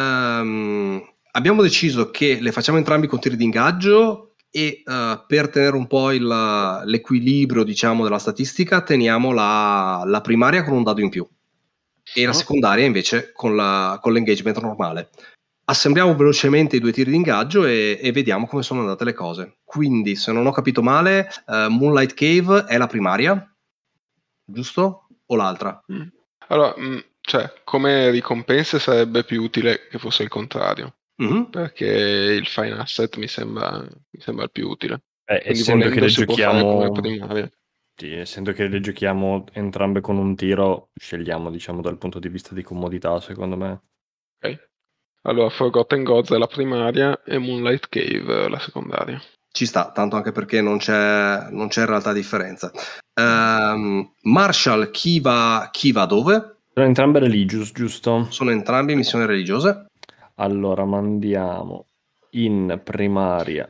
abbiamo deciso che le facciamo entrambi con tiri di ingaggio e per tenere un po' l'equilibrio, diciamo, della statistica, teniamo la primaria con un dado in più e la secondaria invece con l'engagement normale. Assembliamo velocemente i due tiri di ingaggio e vediamo come sono andate le cose. Quindi, se non ho capito male, Moonlight Cave è la primaria, giusto? O l'altra? Allora, cioè, come ricompense sarebbe più utile che fosse il contrario, perché il fine asset mi sembra il più utile. Quindi Essendo che volendo le si può fare come giochiamo, primaria. sì, essendo che le giochiamo entrambe con un tiro, scegliamo, diciamo, dal punto di vista di comodità, secondo me. Ok. Allora, Forgotten Gods è la primaria e Moonlight Cave la secondaria. Ci sta, tanto anche perché non c'è in realtà differenza. Marshall, chi va dove? Sono entrambe religious, giusto? Sono entrambi missioni religiose. Allora mandiamo in primaria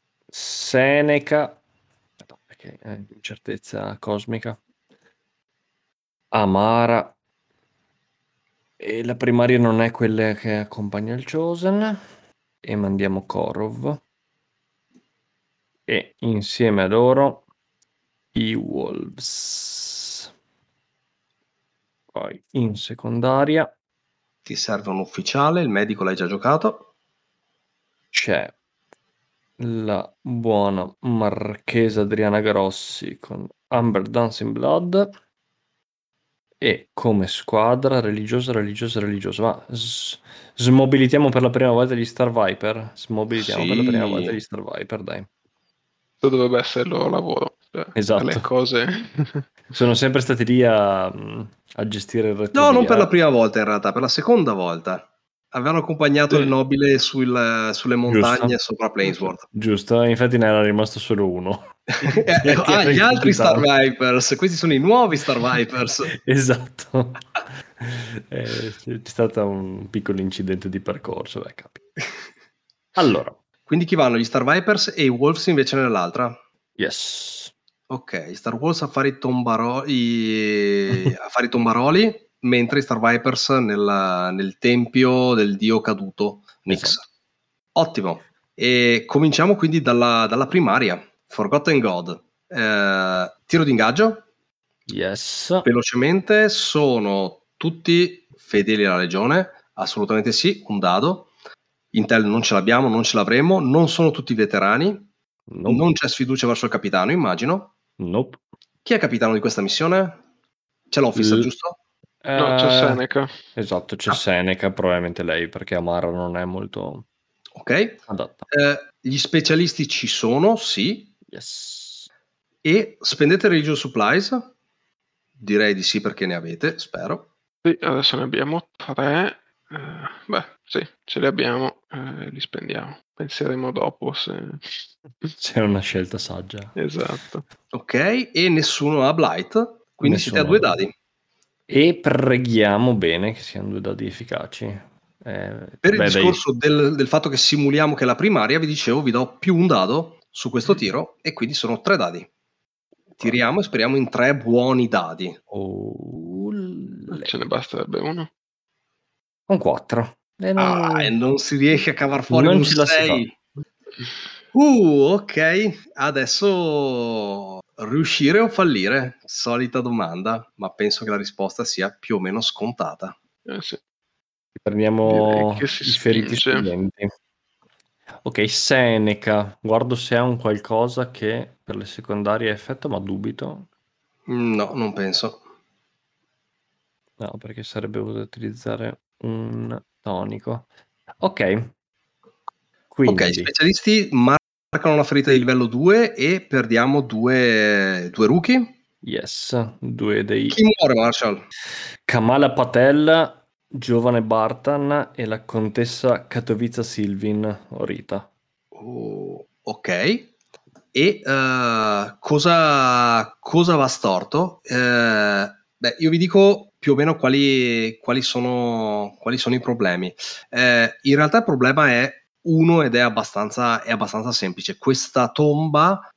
Seneca, perché è incertezza cosmica, Amara, e la primaria non è quella che accompagna il Chosen, e mandiamo Korov, e insieme a loro i Wolves. Poi in secondaria Ti serve un ufficiale, il medico l'hai già giocato. c'è la buona marchesa Adriana Grossi con Amber Dancing Blood, e come squadra religiosa, ma smobilitiamo per la prima volta gli Star Viper. Smobilitiamo per la prima volta gli Star Viper, dai. Questo dovrebbe essere il loro lavoro. Cioè, Esatto. le cose. Sono sempre stati lì a gestire il retro No, via. non per la prima volta in realtà, per la seconda volta. Avevano accompagnato Sì. il nobile sulle montagne Giusto. sopra Plainsworth. Giusto, infatti ne era rimasto solo uno. Gli altri Star Vipers, questi sono i nuovi Star Vipers. Esatto. C'è stato un piccolo incidente di percorso, capita. Allora. Quindi chi vanno? Gli Star Vipers e i Wolves invece nell'altra? Yes. Ok, Star Wars a fare i tombaroli, mentre i Star Vipers nel tempio del dio caduto Nyx. Esatto. Ottimo. E cominciamo quindi dalla primaria, Forgotten God. Tiro d'ingaggio? Yes. Velocemente, sono tutti fedeli alla legione? Assolutamente sì, un dado. Intel non ce l'abbiamo, non ce l'avremo, non sono tutti veterani, Nope. non c'è sfiducia verso il capitano, immagino. Nope. Chi è capitano di questa missione? C'è l'officer, giusto? No, c'è Seneca. Esatto, c'è Seneca, probabilmente lei, perché Amara non è molto adatta. Gli specialisti ci sono, sì. Yes. E spendete religious supplies? Direi di sì, perché ne avete, spero. Sì, adesso ne abbiamo 3. Sì, ce li abbiamo, li spendiamo. Penseremo dopo se... C'è una scelta saggia. Esatto. Ok, e nessuno ha Blight, quindi siete a 2 dadi. E preghiamo bene che siano 2 dadi efficaci. Per il discorso del fatto che simuliamo che è la primaria, vi dicevo, vi do più un dado su questo tiro, e quindi sono 3 dadi. Tiriamo e speriamo in 3 buoni dadi. Ce ne basterebbe uno. Un 4. E non si riesce a cavar fuori non un ce la si 6. Ok, adesso riuscire o fallire? Solita domanda, ma penso che la risposta sia più o meno scontata. Sì. Prendiamo Direi che si i feriti spinge. studenti. Ok, Seneca. Guardo se ha un qualcosa che per le secondarie ha effetto, ma dubito. No, non penso. No, perché sarebbe voluto utilizzare un tonico. Ok. Quindi. Ok, specialisti marcano una ferita di livello 2 e perdiamo due rookie. Yes, 2 dei... Chi muore, Marshall? Kamala Patel, giovane Bartan e la contessa Katowice Silvin Orita. Ok. E cosa va storto? Io vi dico più o meno quali sono i problemi. In realtà il problema è uno ed è abbastanza semplice. Questa tomba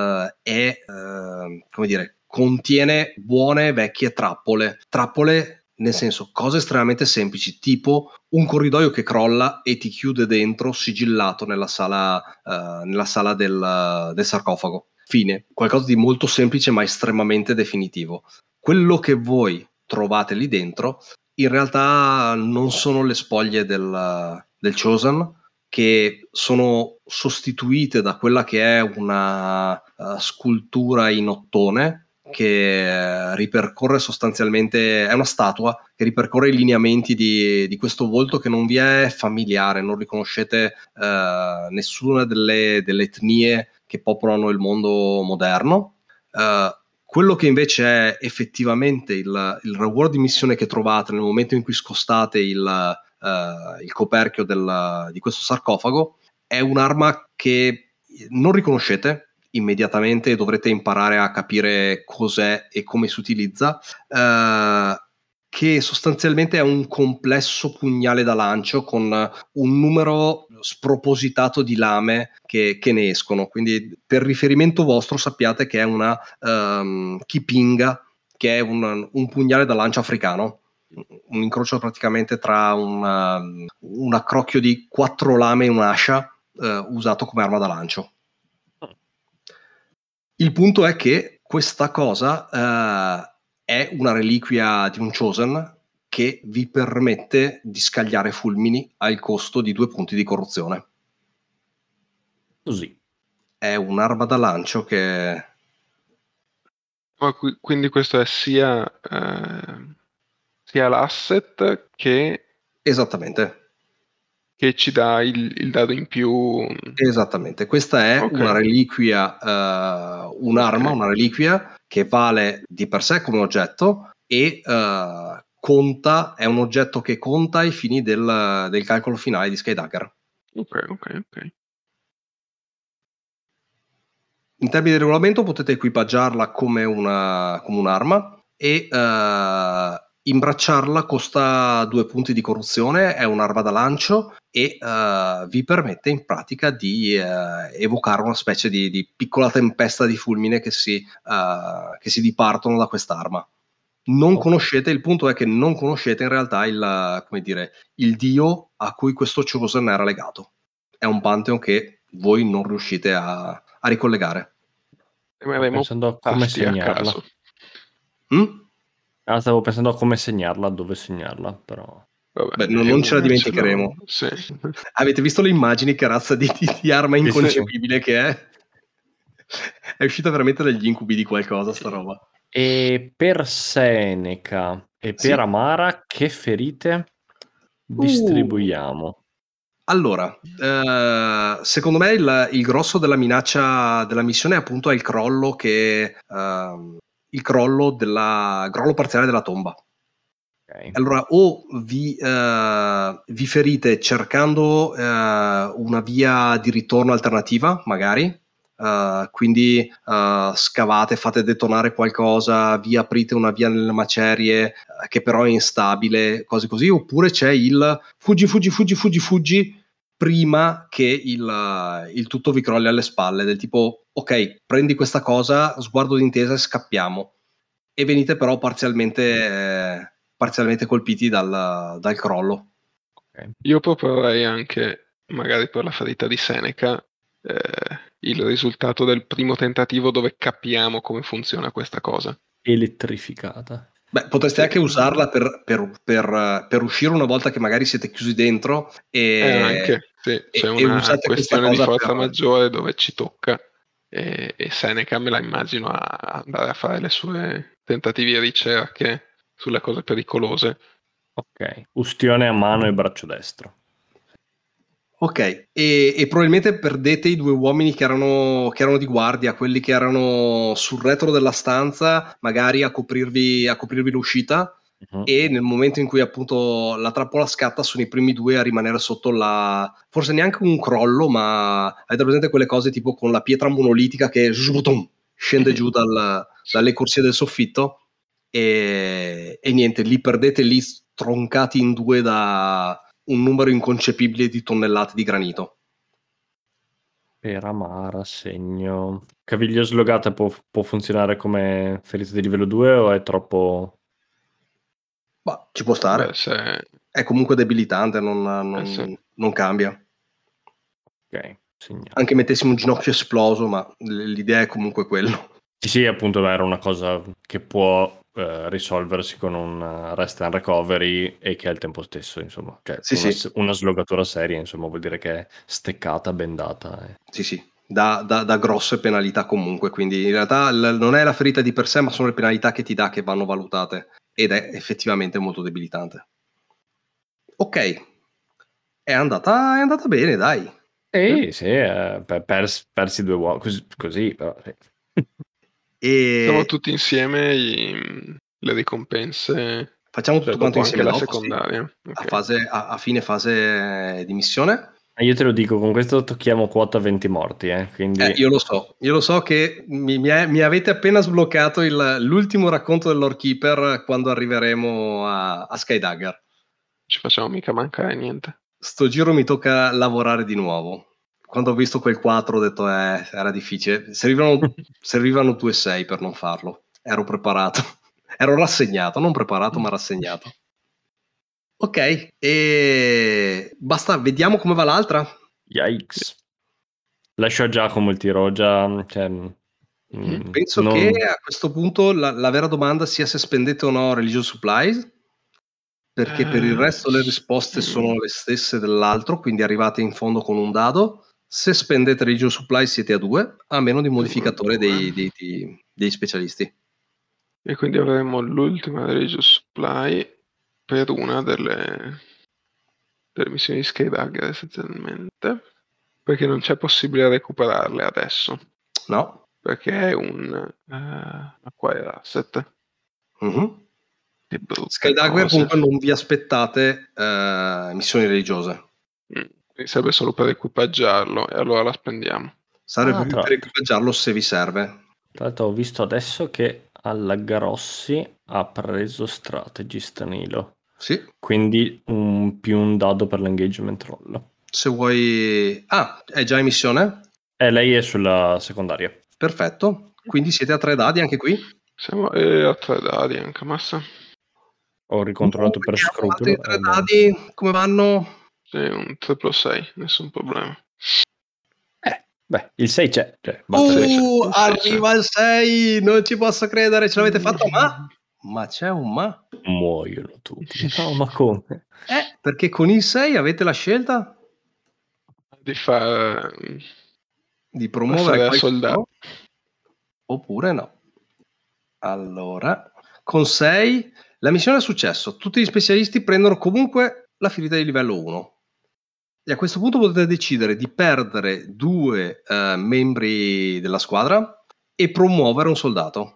come dire, contiene buone vecchie trappole nel senso cose estremamente semplici, tipo un corridoio che crolla e ti chiude dentro sigillato nella sala del sarcofago. Fine. Qualcosa di molto semplice ma estremamente definitivo. Quello che voi trovate lì dentro in realtà non sono le spoglie del Chosen, che sono sostituite da quella che è una scultura in ottone che ripercorre sostanzialmente, è una statua che ripercorre i lineamenti di questo volto che non vi è familiare, non riconoscete nessuna delle etnie che popolano il mondo moderno. Quello che invece è effettivamente il reward di missione che trovate nel momento in cui scostate il coperchio di questo sarcofago è un'arma che non riconoscete immediatamente e dovrete imparare a capire cos'è e come si utilizza, che sostanzialmente è un complesso pugnale da lancio con un numero spropositato di lame che ne escono. Quindi per riferimento vostro sappiate che è una kipinga, che è un pugnale da lancio africano, un incrocio praticamente tra un accrocchio di 4 lame e un'ascia usato come arma da lancio. Il punto è che questa cosa è una reliquia di un Chosen che vi permette di scagliare fulmini al costo di 2 punti di corruzione. Così. È un'arma da lancio che... Ma quindi questo è sia l'asset che Esattamente. ci dà il dado in più. Esattamente, questa è Ok. una reliquia, un'arma, Ok. una reliquia che vale di per sé come oggetto e conta, è un oggetto che conta ai fini del calcolo finale di Skydagger. Ok. In termini di regolamento potete equipaggiarla come un'arma e imbracciarla costa 2 punti di corruzione, è un'arma da lancio e vi permette in pratica di evocare una specie di piccola tempesta di fulmine che si dipartono da quest'arma. Non conoscete, il punto è che non conoscete in realtà il dio a cui questo Chosen era legato. È un Pantheon che voi non riuscite a ricollegare. Stavo pensando a come Tasti a segnarla. caso. Stavo pensando a come segnarla, dove segnarla, però... Vabbè, non ce la dimenticheremo. Sì. Avete visto le immagini, che razza di arma inconcepibile che è? È uscita veramente dagli incubi di qualcosa sta roba. E per Seneca e per Amara che ferite distribuiamo? Allora, secondo me il grosso della minaccia della missione appunto è il crollo il crollo parziale della tomba. Okay. Allora, o vi ferite cercando una via di ritorno alternativa, magari, quindi scavate, fate detonare qualcosa, vi aprite una via nelle macerie che però è instabile, cose così, oppure c'è il fuggi prima che il tutto vi crolli alle spalle, del tipo ok, prendi questa cosa, sguardo d'intesa e scappiamo, e venite però parzialmente colpiti dal crollo. Ok. Io proporrei anche, magari per la ferita di Seneca, il risultato del primo tentativo dove capiamo come funziona questa cosa. Elettrificata. Beh, potreste Sì. anche usarla per uscire una volta che magari siete chiusi dentro Anche, sì, c'è e una usate questa questione di cosa forza per... maggiore dove ci tocca e Seneca me la immagino a andare a fare le sue tentativi e ricerche sulle cose pericolose. Ok, ustione a mano e braccio destro. Ok, e probabilmente perdete i 2 uomini che erano di guardia, quelli che erano sul retro della stanza, magari a coprirvi l'uscita, Mhm. e nel momento in cui appunto la trappola scatta sono i primi 2 a rimanere sotto forse neanche un crollo, ma avete presente quelle cose tipo con la pietra monolitica che scende giù dalle corsie del soffitto, e niente, li perdete lì stroncati in 2 da un numero inconcepibile di tonnellate di granito. Per Amara segno. Caviglia slogata può funzionare come ferita di livello 2 o è troppo... Ma ci può stare. Beh, se... È comunque debilitante, sì. non cambia. Ok, segnato. Anche mettessimo un ginocchio esploso, ma l'idea è comunque quello. Sì, appunto era una cosa che può risolversi con un rest and recovery e che al tempo stesso, insomma, cioè Sì, sì, una slogatura seria, insomma, vuol dire che è steccata, bendata. sì, sì. Da grosse penalità comunque, quindi in realtà non è la ferita di per sé, ma sono le penalità che ti dà che vanno valutate, ed è effettivamente molto debilitante. Ok, è andata bene, dai. Sì, persi 2 uomini, così però. Sì. Siamo E tutti insieme le ricompense, facciamo cioè tutto quanto dopo anche insieme la dopo, sì. secondaria. Ok. A fine fase di missione. Io te lo dico, con questo tocchiamo quota 20 morti, quindi... Io lo so che mi avete appena sbloccato l'ultimo racconto del Lore Keeper quando arriveremo a Skydagger. Ci facciamo mica mancare niente. Sto giro mi tocca lavorare di nuovo. Quando ho visto quel 4 ho detto era difficile, servivano 2-6 per non farlo. Ero preparato, ero rassegnato, non preparato ma rassegnato. Ok, e basta, vediamo come va l'altra. Yikes. Lascio a Giacomo il tiro, già... Cioè, Penso che non... a questo punto la vera domanda sia se spendete o no Religious Supplies, perché per il resto le risposte sono le stesse dell'altro, quindi arrivate in fondo con un dado. Se spendete Religious Supplies siete a 2, a meno di modificatore dei specialisti. E quindi avremo l'ultima Religious Supply per una delle missioni di Skydagger essenzialmente, perché non c'è possibile recuperarle adesso, No? perché è un acquire asset. Mhm. Che brutte Skydagger cose. comunque non vi aspettate missioni religiose. Quindi serve solo per equipaggiarlo e allora la spendiamo. Sarebbe più tra per equipaggiarlo se vi serve. l'altro ho visto adesso che alla Garossi ha preso Strategist Nilo, Sì. quindi più un dado per l'engagement roll. Se vuoi... Ah, è già in missione? Lei è sulla secondaria. Perfetto. Quindi siete a 3 dadi anche qui? Siamo a 3 dadi anche, massa. Ho ricontrollato per Vediamo altri scrupolo. 3 dadi, come vanno? Sì, un triplo 6, nessun problema. Beh, il 6 c'è, cioè, basta che... Sì, il 6 c'è. Arriva il 6, non ci posso credere, ce l'avete fatta, ma c'è un ma. Muoiono tutti. No, ma come? Perché con il 6 avete la scelta Di far di promuovere passare a soldato. qualcuno oppure no. Allora, con 6 la missione è successo, tutti gli specialisti prendono comunque la ferita di livello 1. E a questo punto potete decidere di perdere 2 membri della squadra e promuovere un soldato.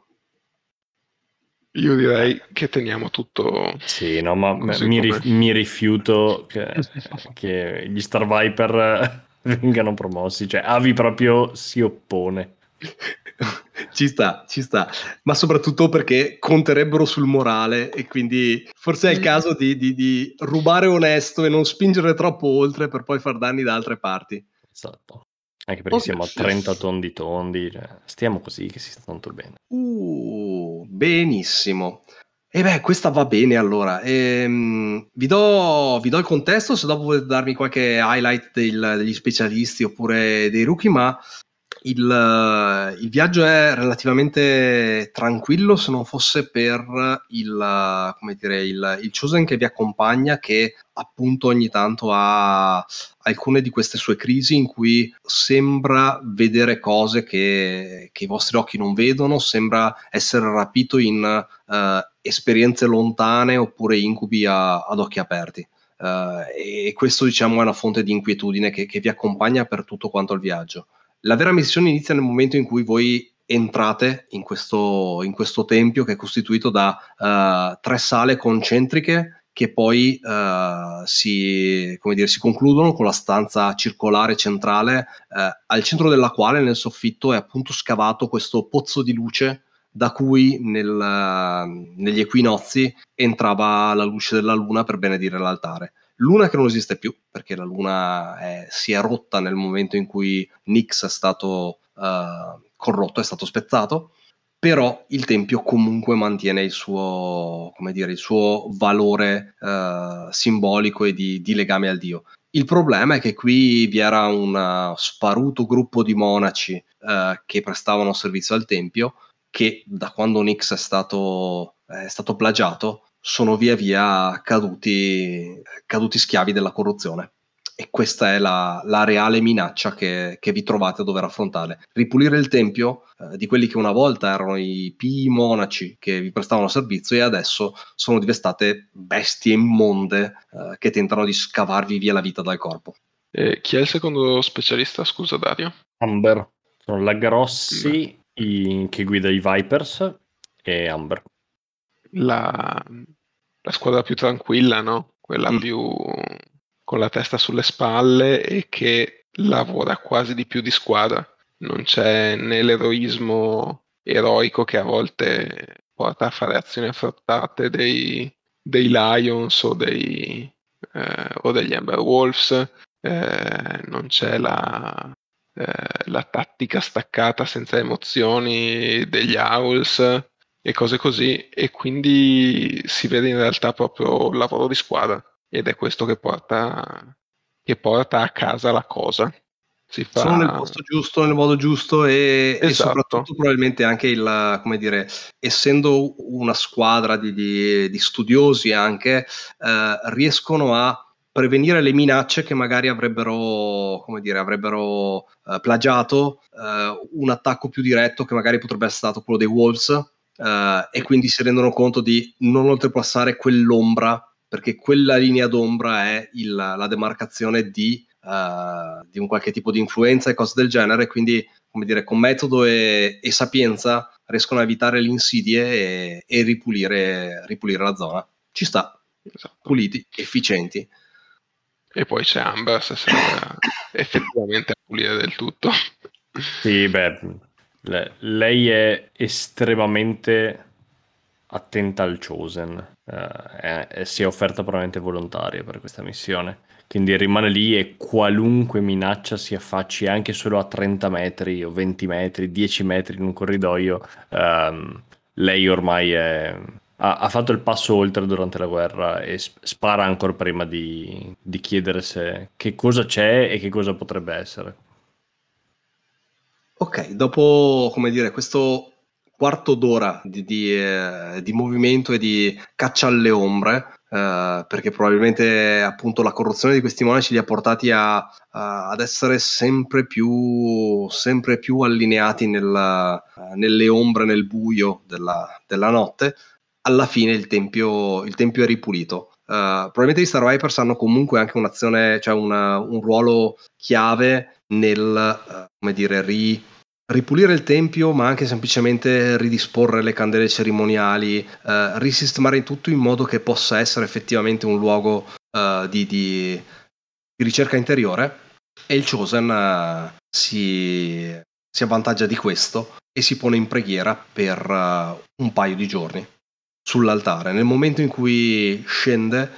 Io direi che teniamo tutto Sì, no, ma così come... mi rifiuto che gli Star Viper vengano promossi. Cioè, Avi proprio si oppone. Ci sta, ma soprattutto perché conterebbero sul morale e quindi forse è il caso di rubare onesto e non spingere troppo oltre per poi far danni da altre parti. Esatto. Anche perché siamo a Ok. 30 tondi, cioè, stiamo così che si sta tanto bene. Benissimo. E beh, questa va bene allora. Vi do il contesto, se dopo volete darmi qualche highlight degli specialisti oppure dei rookie, ma il viaggio è relativamente tranquillo se non fosse per come dire, il Chosen che vi accompagna, che appunto ogni tanto ha alcune di queste sue crisi in cui sembra vedere cose che i vostri occhi non vedono, sembra essere rapito in esperienze lontane oppure incubi ad occhi aperti. E questo, diciamo, è una fonte di inquietudine che vi accompagna per tutto quanto il viaggio. La vera missione inizia nel momento in cui voi entrate in questo tempio, che è costituito da 3 sale concentriche che poi si concludono con la stanza circolare centrale, al centro della quale nel soffitto è appunto scavato questo pozzo di luce da cui negli equinozi entrava la luce della luna per benedire l'altare. Luna che non esiste più, perché la luna si è rotta nel momento in cui Nyx è stato corrotto, è stato spezzato, però il tempio comunque mantiene il suo valore simbolico e di legame al dio. Il problema è che qui vi era un sparuto gruppo di monaci che prestavano servizio al tempio, che da quando Nyx è stato plagiato sono via via caduti schiavi della corruzione. E questa è la reale minaccia che vi trovate a dover affrontare. Ripulire il tempio di quelli che una volta erano i pii monaci che vi prestavano servizio e adesso sono diventate bestie immonde che tentano di scavarvi via la vita dal corpo. Chi è il secondo specialista, scusa Dario? Amber. Sono Lagrossi che guida i Vipers e Amber. La squadra più tranquilla, no? Quella Mm. più con la testa sulle spalle e che lavora quasi di più di squadra. Non c'è né l'eroismo eroico che a volte porta a fare azioni affrettate dei Lions o degli Amber Wolves. Non c'è la tattica staccata senza emozioni degli Owls e cose così, e quindi si vede in realtà proprio il lavoro di squadra ed è questo che porta a casa la cosa. Si Sono nel fa posto giusto, nel modo giusto e esatto, soprattutto probabilmente anche essendo una squadra di studiosi anche, riescono a prevenire le minacce che magari avrebbero plagiato un attacco più diretto che magari potrebbe essere stato quello dei Wolves, e quindi si rendono conto di non oltrepassare quell'ombra, perché quella linea d'ombra è la demarcazione di un qualche tipo di influenza e cose del genere, quindi con metodo e sapienza riescono a evitare le insidie e ripulire la zona. Ci sta, esatto. puliti, efficienti. E poi c'è Amber se serve effettivamente a pulire del tutto. Sì, beh, lei è estremamente attenta al Chosen. Si è offerta probabilmente volontaria per questa missione. Quindi rimane lì e qualunque minaccia si affacci anche solo a 30 metri o 20 metri, 10 metri in un corridoio, lei ormai ha fatto il passo oltre durante la guerra e spara ancora prima di chiedere che cosa c'è e che cosa potrebbe essere. Ok, dopo questo quarto d'ora di movimento e di caccia alle ombre, perché probabilmente appunto la corruzione di questi monaci li ha portati ad essere sempre più allineati nelle ombre, nel buio della notte. Alla fine il tempio è ripulito. Probabilmente gli Star Vipers hanno comunque anche un'azione, cioè un ruolo chiave nel ripulire il tempio, ma anche semplicemente ridisporre le candele cerimoniali, risistemare tutto in modo che possa essere effettivamente un luogo di ricerca interiore. E il Chosen si si avvantaggia di questo e si pone in preghiera per un paio di giorni sull'altare. Nel momento in cui scende,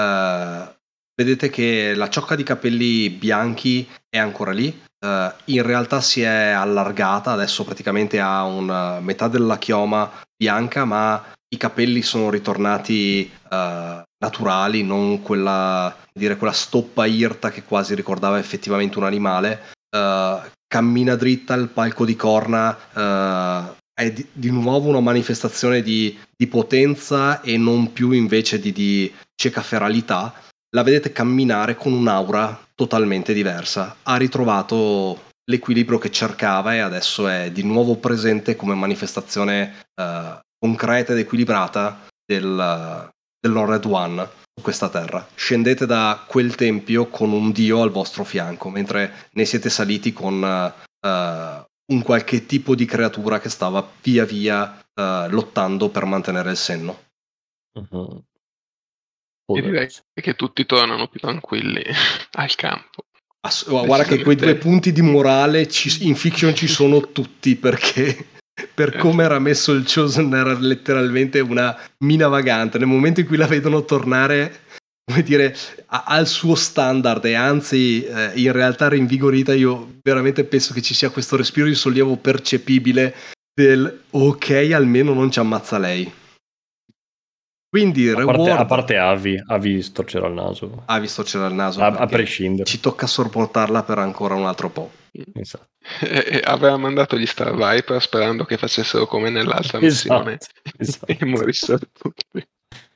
vedete che la ciocca di capelli bianchi è ancora lì. In realtà si è allargata, adesso praticamente ha una metà della chioma bianca, ma i capelli sono ritornati naturali, non quella stoppa irta che quasi ricordava effettivamente un animale. Cammina dritta, il palco di corna è di nuovo una manifestazione di potenza e non più invece di cieca feralità. La vedete camminare con un'aura totalmente diversa. Ha ritrovato l'equilibrio che cercava e adesso è di nuovo presente come manifestazione concreta ed equilibrata dell'Honored One su questa terra. Scendete da quel tempio con un dio al vostro fianco, mentre ne siete saliti con un qualche tipo di creatura che stava via via lottando per mantenere il senno. Mhm. E direi che tutti tornano più tranquilli al campo. Guarda che quei 2 punti di morale in fiction ci sono tutti, perché per come era messo il Chosen era letteralmente una mina vagante. Nel momento in cui la vedono tornare, come dire, al suo standard e anzi in realtà rinvigorita, io veramente penso che ci sia questo respiro di sollievo percepibile del ok, almeno non ci ammazza lei. Quindi a parte Avi storcerà il naso. Avi storcerà il naso a prescindere. Ci tocca sorportarla per ancora un altro po'. Esatto. Aveva mandato gli Star Viper sperando che facessero come nell'altra missione e morissero tutti.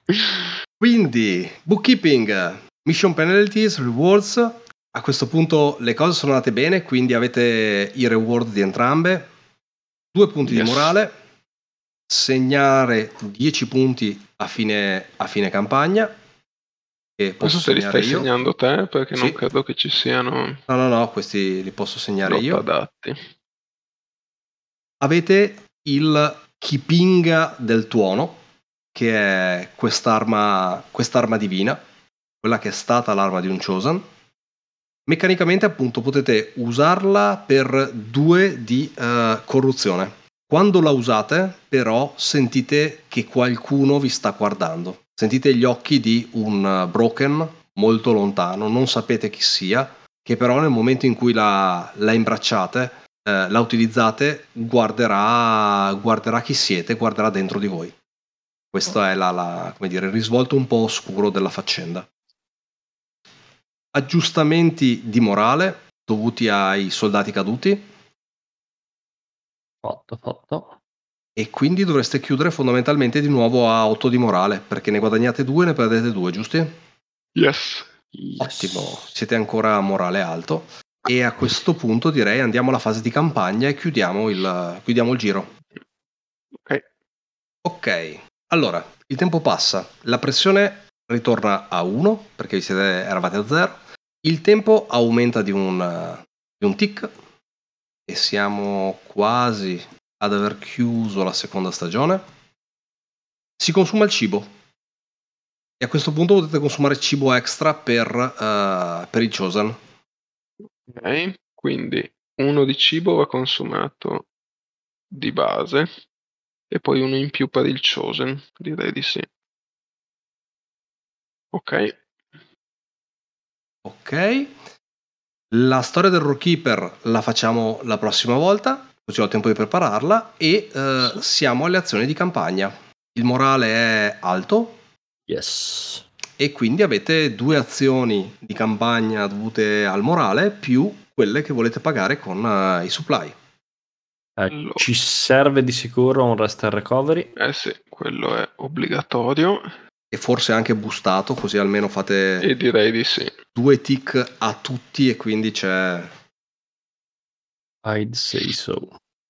Quindi bookkeeping, mission penalties, rewards. A questo punto le cose sono andate bene, quindi avete i reward di entrambe. 2 punti di morale, segnare 10 punti a fine campagna. Che posso te li stai io. segnando te? Perché non credo che ci siano. No, questi li posso segnare io. Adatti. Avete il Kipinga del Tuono, che è quest'arma divina, quella che è stata l'arma di un Chosen. Meccanicamente appunto potete usarla per 2 di corruzione. Quando la usate però sentite che qualcuno vi sta guardando, sentite gli occhi di un Broken molto lontano, non sapete chi sia, che però nel momento in cui la imbracciate, la utilizzate, guarderà chi siete, guarderà dentro di voi. Questo è come dire, il risvolto un po' oscuro della faccenda. Aggiustamenti di morale dovuti ai soldati caduti. Fatto. E quindi dovreste chiudere fondamentalmente di nuovo a 8 di morale, perché ne guadagnate 2 e ne perdete 2, giusti? Yes. Ottimo, siete ancora a morale alto. E a questo punto direi andiamo alla fase di campagna e chiudiamo il giro. Ok, allora, il tempo passa, la pressione ritorna a 1, perché eravate a 0, il tempo aumenta di un tick e siamo quasi ad aver chiuso la seconda stagione. Si consuma il cibo e a questo punto potete consumare cibo extra per il Chosen. Ok, quindi 1 di cibo va consumato di base e poi 1 in più per il Chosen, direi di sì. Ok, la storia del Rookkeeper la facciamo la prossima volta, così ho tempo di prepararla, e siamo alle azioni di campagna. Il morale è alto. Yes. E quindi avete 2 azioni di campagna dovute al morale più quelle che volete pagare con i supply. Ci serve di sicuro un rest and recovery? Sì, quello è obbligatorio. E forse anche boostato, così almeno fate. E direi di sì. 2 tick a tutti e quindi c'è. I'd say so.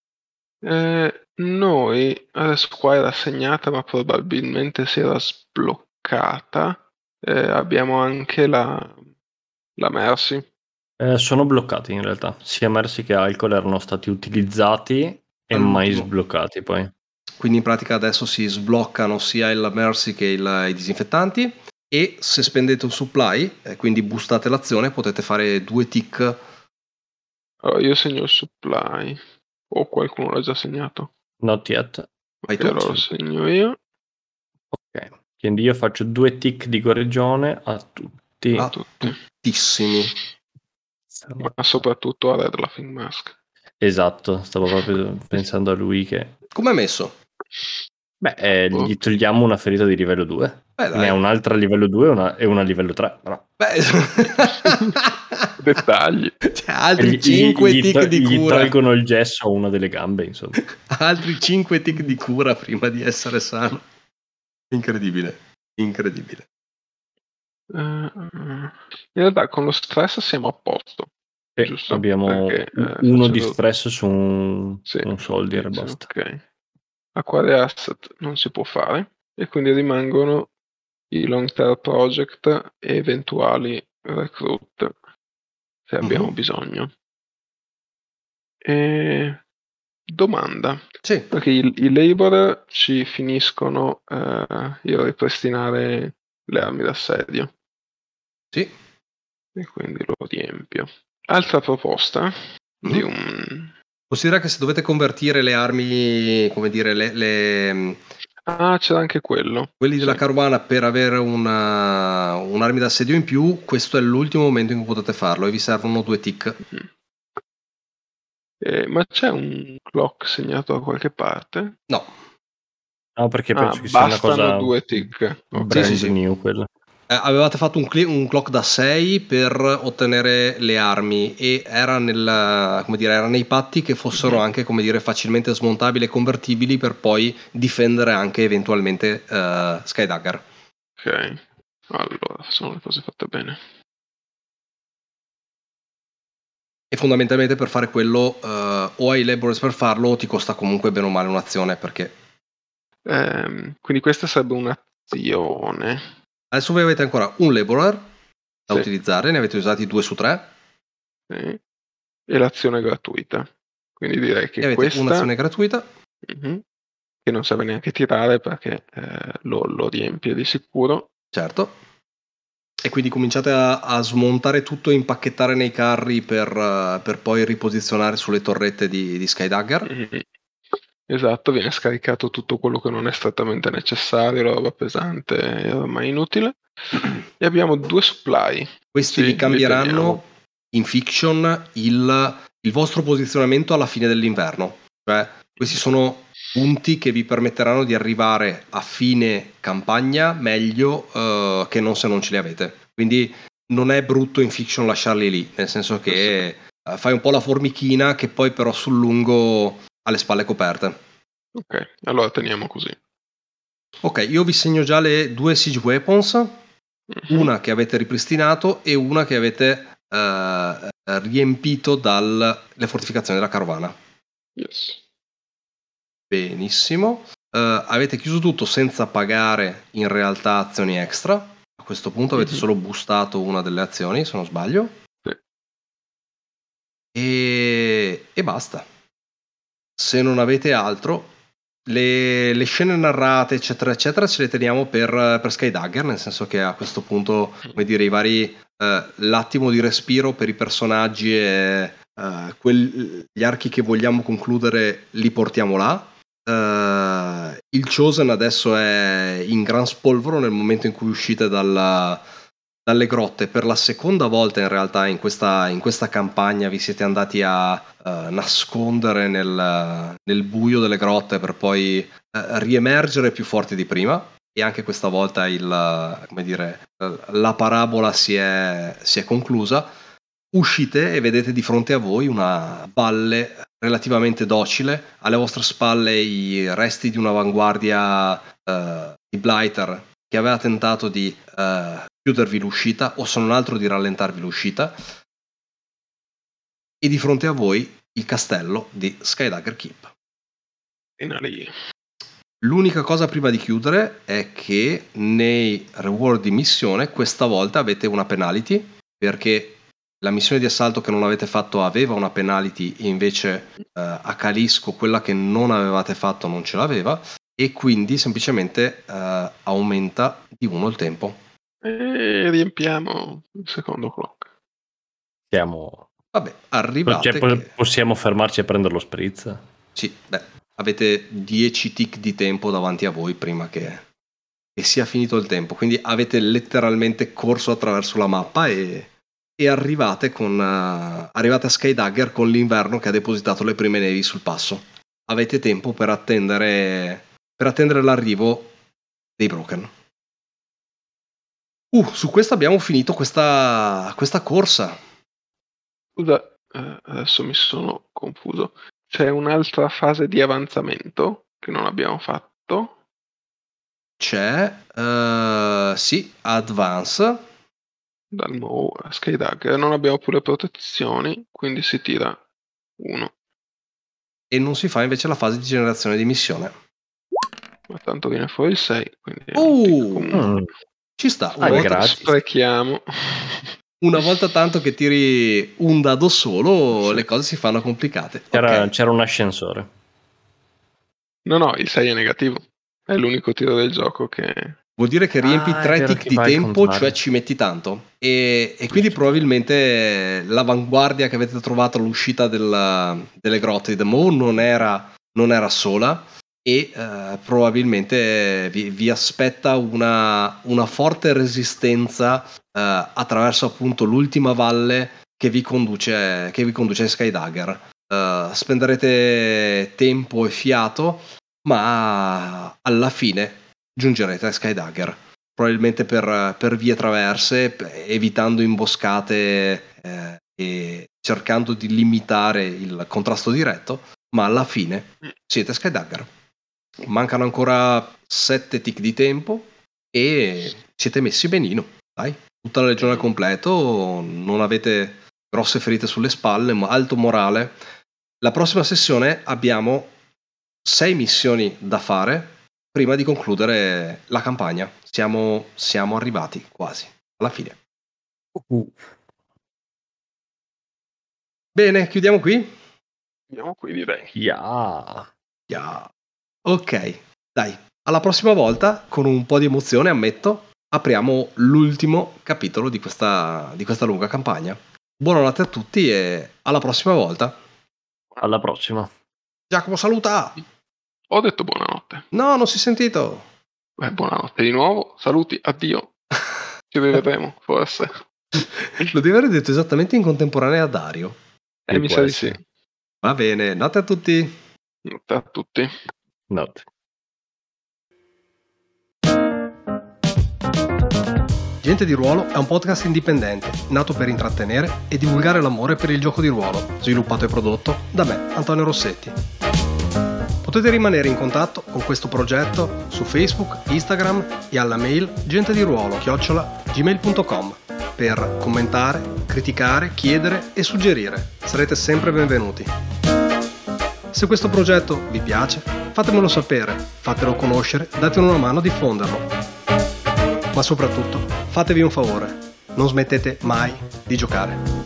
Noi adesso qua era segnata, ma probabilmente si era sbloccata. Abbiamo anche la Mercy. Sono bloccati in realtà. Sia Mercy che Alcohol erano stati utilizzati e mai sbloccati poi. Quindi in pratica adesso si sbloccano sia il Mercy che i disinfettanti, e se spendete un supply, quindi boostate l'azione, potete fare 2 tick. Allora, io segno il supply. O qualcuno l'ha già segnato? Not yet. Vai Ok, tu. allora lo segno io. Ok, quindi io faccio 2 tick di guarigione a tutti. A tutti. tuttissimi. Ma soprattutto a Red Laughing Mask. Esatto, stavo proprio pensando a lui che... Come è messo? Beh, gli togliamo una ferita di livello 2. Dai. Ne ha un'altra a livello 2 e una a livello 3. Però. Beh, Dettagli. cioè, altri 5 tick di gli cura. tolgono il gesso a una delle gambe, insomma. Altri 5 tick di cura prima di essere sano. Incredibile. In realtà con lo stress siamo a posto. Sì, Giusto? abbiamo Perché, uno di facevo- stress su un Sì, soldier e sì, basta. ok. Acquire asset non si può fare e quindi rimangono i long term project e eventuali recruit se abbiamo bisogno. E domanda, Sì. perché i labor ci finiscono il ripristinare le armi d'assedio Sì. e quindi lo riempio. Altra proposta di un... Considera che se dovete convertire le armi, come dire, Ah, c'era anche quello. quelli Sì. della carovana per avere un'arma d'assedio in più, questo è l'ultimo momento in cui potete farlo e vi servono 2 tick. Mhm. Ma c'è un clock segnato da qualche parte? No. No, perché penso che sia una bastano cosa 2 tick. brand Sì. new quella. Avevate fatto un clock da 6 per ottenere le armi e era era nei patti che fossero anche, come dire, facilmente smontabili e convertibili per poi difendere anche eventualmente Skydagger. Ok, allora sono le cose fatte bene. E fondamentalmente per fare quello o hai laborers per farlo o ti costa comunque bene o male un'azione, perché Quindi questa sarebbe un'azione. adesso voi avete ancora un laborer da Sì. utilizzare, ne avete usati 2 su 3 Sì. E l'azione gratuita. Quindi direi e che avete questa un'azione gratuita. che non serve neanche tirare perché lo riempie di sicuro. Certo. E quindi cominciate a smontare tutto e impacchettare nei carri per poi riposizionare sulle torrette di Skydagger. Esatto, viene scaricato tutto quello che non è strettamente necessario, la roba pesante e ormai inutile. E abbiamo 2 supply. Questi vi Sì, li teniamo. cambieranno in fiction il vostro posizionamento alla fine dell'inverno. Cioè, questi sono punti che vi permetteranno di arrivare a fine campagna meglio che non se non ce li avete. Quindi non è brutto in fiction lasciarli lì, nel senso che fai un po' la formichina che poi però sul lungo ha le spalle coperte. Ok, allora teniamo così. Ok, io vi segno già le 2 Siege Weapons, una che avete ripristinato e una che avete riempito dalle fortificazioni della carovana. Yes. Benissimo. Avete chiuso tutto senza pagare in realtà azioni extra. A questo punto avete solo boostato una delle azioni, se non sbaglio. Sì. E basta. Se non avete altro, le scene narrate, eccetera, eccetera, ce le teniamo per Skydagger, nel senso che a questo punto, come dire, i vari l'attimo di respiro per i personaggi e gli archi che vogliamo concludere li portiamo là. Il Chosen adesso è in gran spolvero nel momento in cui uscite dalle grotte. Per la seconda volta in realtà in questa campagna vi siete andati a nascondere nel buio delle grotte per poi riemergere più forti di prima, e anche questa volta la parabola si è conclusa. Uscite e vedete di fronte a voi una valle relativamente docile, alle vostre spalle i resti di un'avanguardia di Blighter che aveva tentato di chiudervi l'uscita o se non altro di rallentarvi l'uscita, e di fronte a voi il castello di Skydagger Keep. L'unica cosa prima di chiudere è che nei reward di missione questa volta avete una penalty, perché la missione di assalto che non avete fatto aveva una penalty e invece a Calisco quella che non avevate fatto non ce l'aveva, e quindi semplicemente aumenta di 1 il tempo. E riempiamo il secondo clock. Siamo Vabbè, arrivate. Cioè, possiamo fermarci a prendere lo spritz? Sì, avete 10 tick di tempo davanti a voi prima che sia finito il tempo, quindi avete letteralmente corso attraverso la mappa e arrivate a Skydagger con l'inverno che ha depositato le prime nevi sul passo. Avete tempo per attendere l'arrivo dei Broken. Su questo abbiamo finito questa corsa. Scusa, adesso mi sono confuso. C'è un'altra fase di avanzamento che non abbiamo fatto. C'è, sì, Advance. Dal Mow a Skydagger. Non abbiamo pure protezioni, quindi si tira 1. E non si fa invece la fase di generazione di missione. Ma tanto viene fuori il 6, quindi ci sta. Sprechiamo. Una volta tanto che tiri un dado solo, sì, le cose si fanno complicate. C'era un ascensore. No, il 6 è negativo. È l'unico tiro del gioco che... Vuol dire che riempi 3 tick di tempo, cioè ci metti tanto. E quindi probabilmente l'avanguardia che avete trovato all'uscita delle grotte di The Mow non era sola, e probabilmente vi aspetta una forte resistenza attraverso appunto l'ultima valle che vi conduce a Skydagger. Spenderete tempo e fiato, ma alla fine giungerete a Skydagger, probabilmente per vie traverse, evitando imboscate e cercando di limitare il contrasto diretto, ma alla fine siete a Skydagger. Mancano ancora 7 tick di tempo e siete messi benino, dai, tutta la legione al completo, non avete grosse ferite sulle spalle, ma alto morale. La prossima sessione abbiamo 6 missioni da fare prima di concludere la campagna. Siamo arrivati quasi alla fine. Bene, chiudiamo qui? Chiudiamo qui, direi. Yeah. Ok, dai, alla prossima volta, con un po' di emozione, ammetto, apriamo l'ultimo capitolo di questa lunga campagna. Buonanotte a tutti e alla prossima volta. Alla prossima. Giacomo, saluta! Ho detto buonanotte. No, non si è sentito. Buonanotte di nuovo, saluti, addio. Ci rivedremo, forse. Lo devi aver detto esattamente in contemporanea a Dario. Mi sa di sì. Va bene, notte a tutti. Notte a tutti. Notte. Gente di Ruolo è un podcast indipendente, nato per intrattenere e divulgare l'amore per il gioco di ruolo, sviluppato e prodotto da me, Antonio Rossetti. Potete rimanere in contatto con questo progetto su Facebook, Instagram e alla mail gentediruolo@gmail.com per commentare, criticare, chiedere e suggerire. Sarete sempre benvenuti. Se questo progetto vi piace, fatemelo sapere, fatelo conoscere, datemi una mano a diffonderlo. Ma soprattutto, fatevi un favore, non smettete mai di giocare.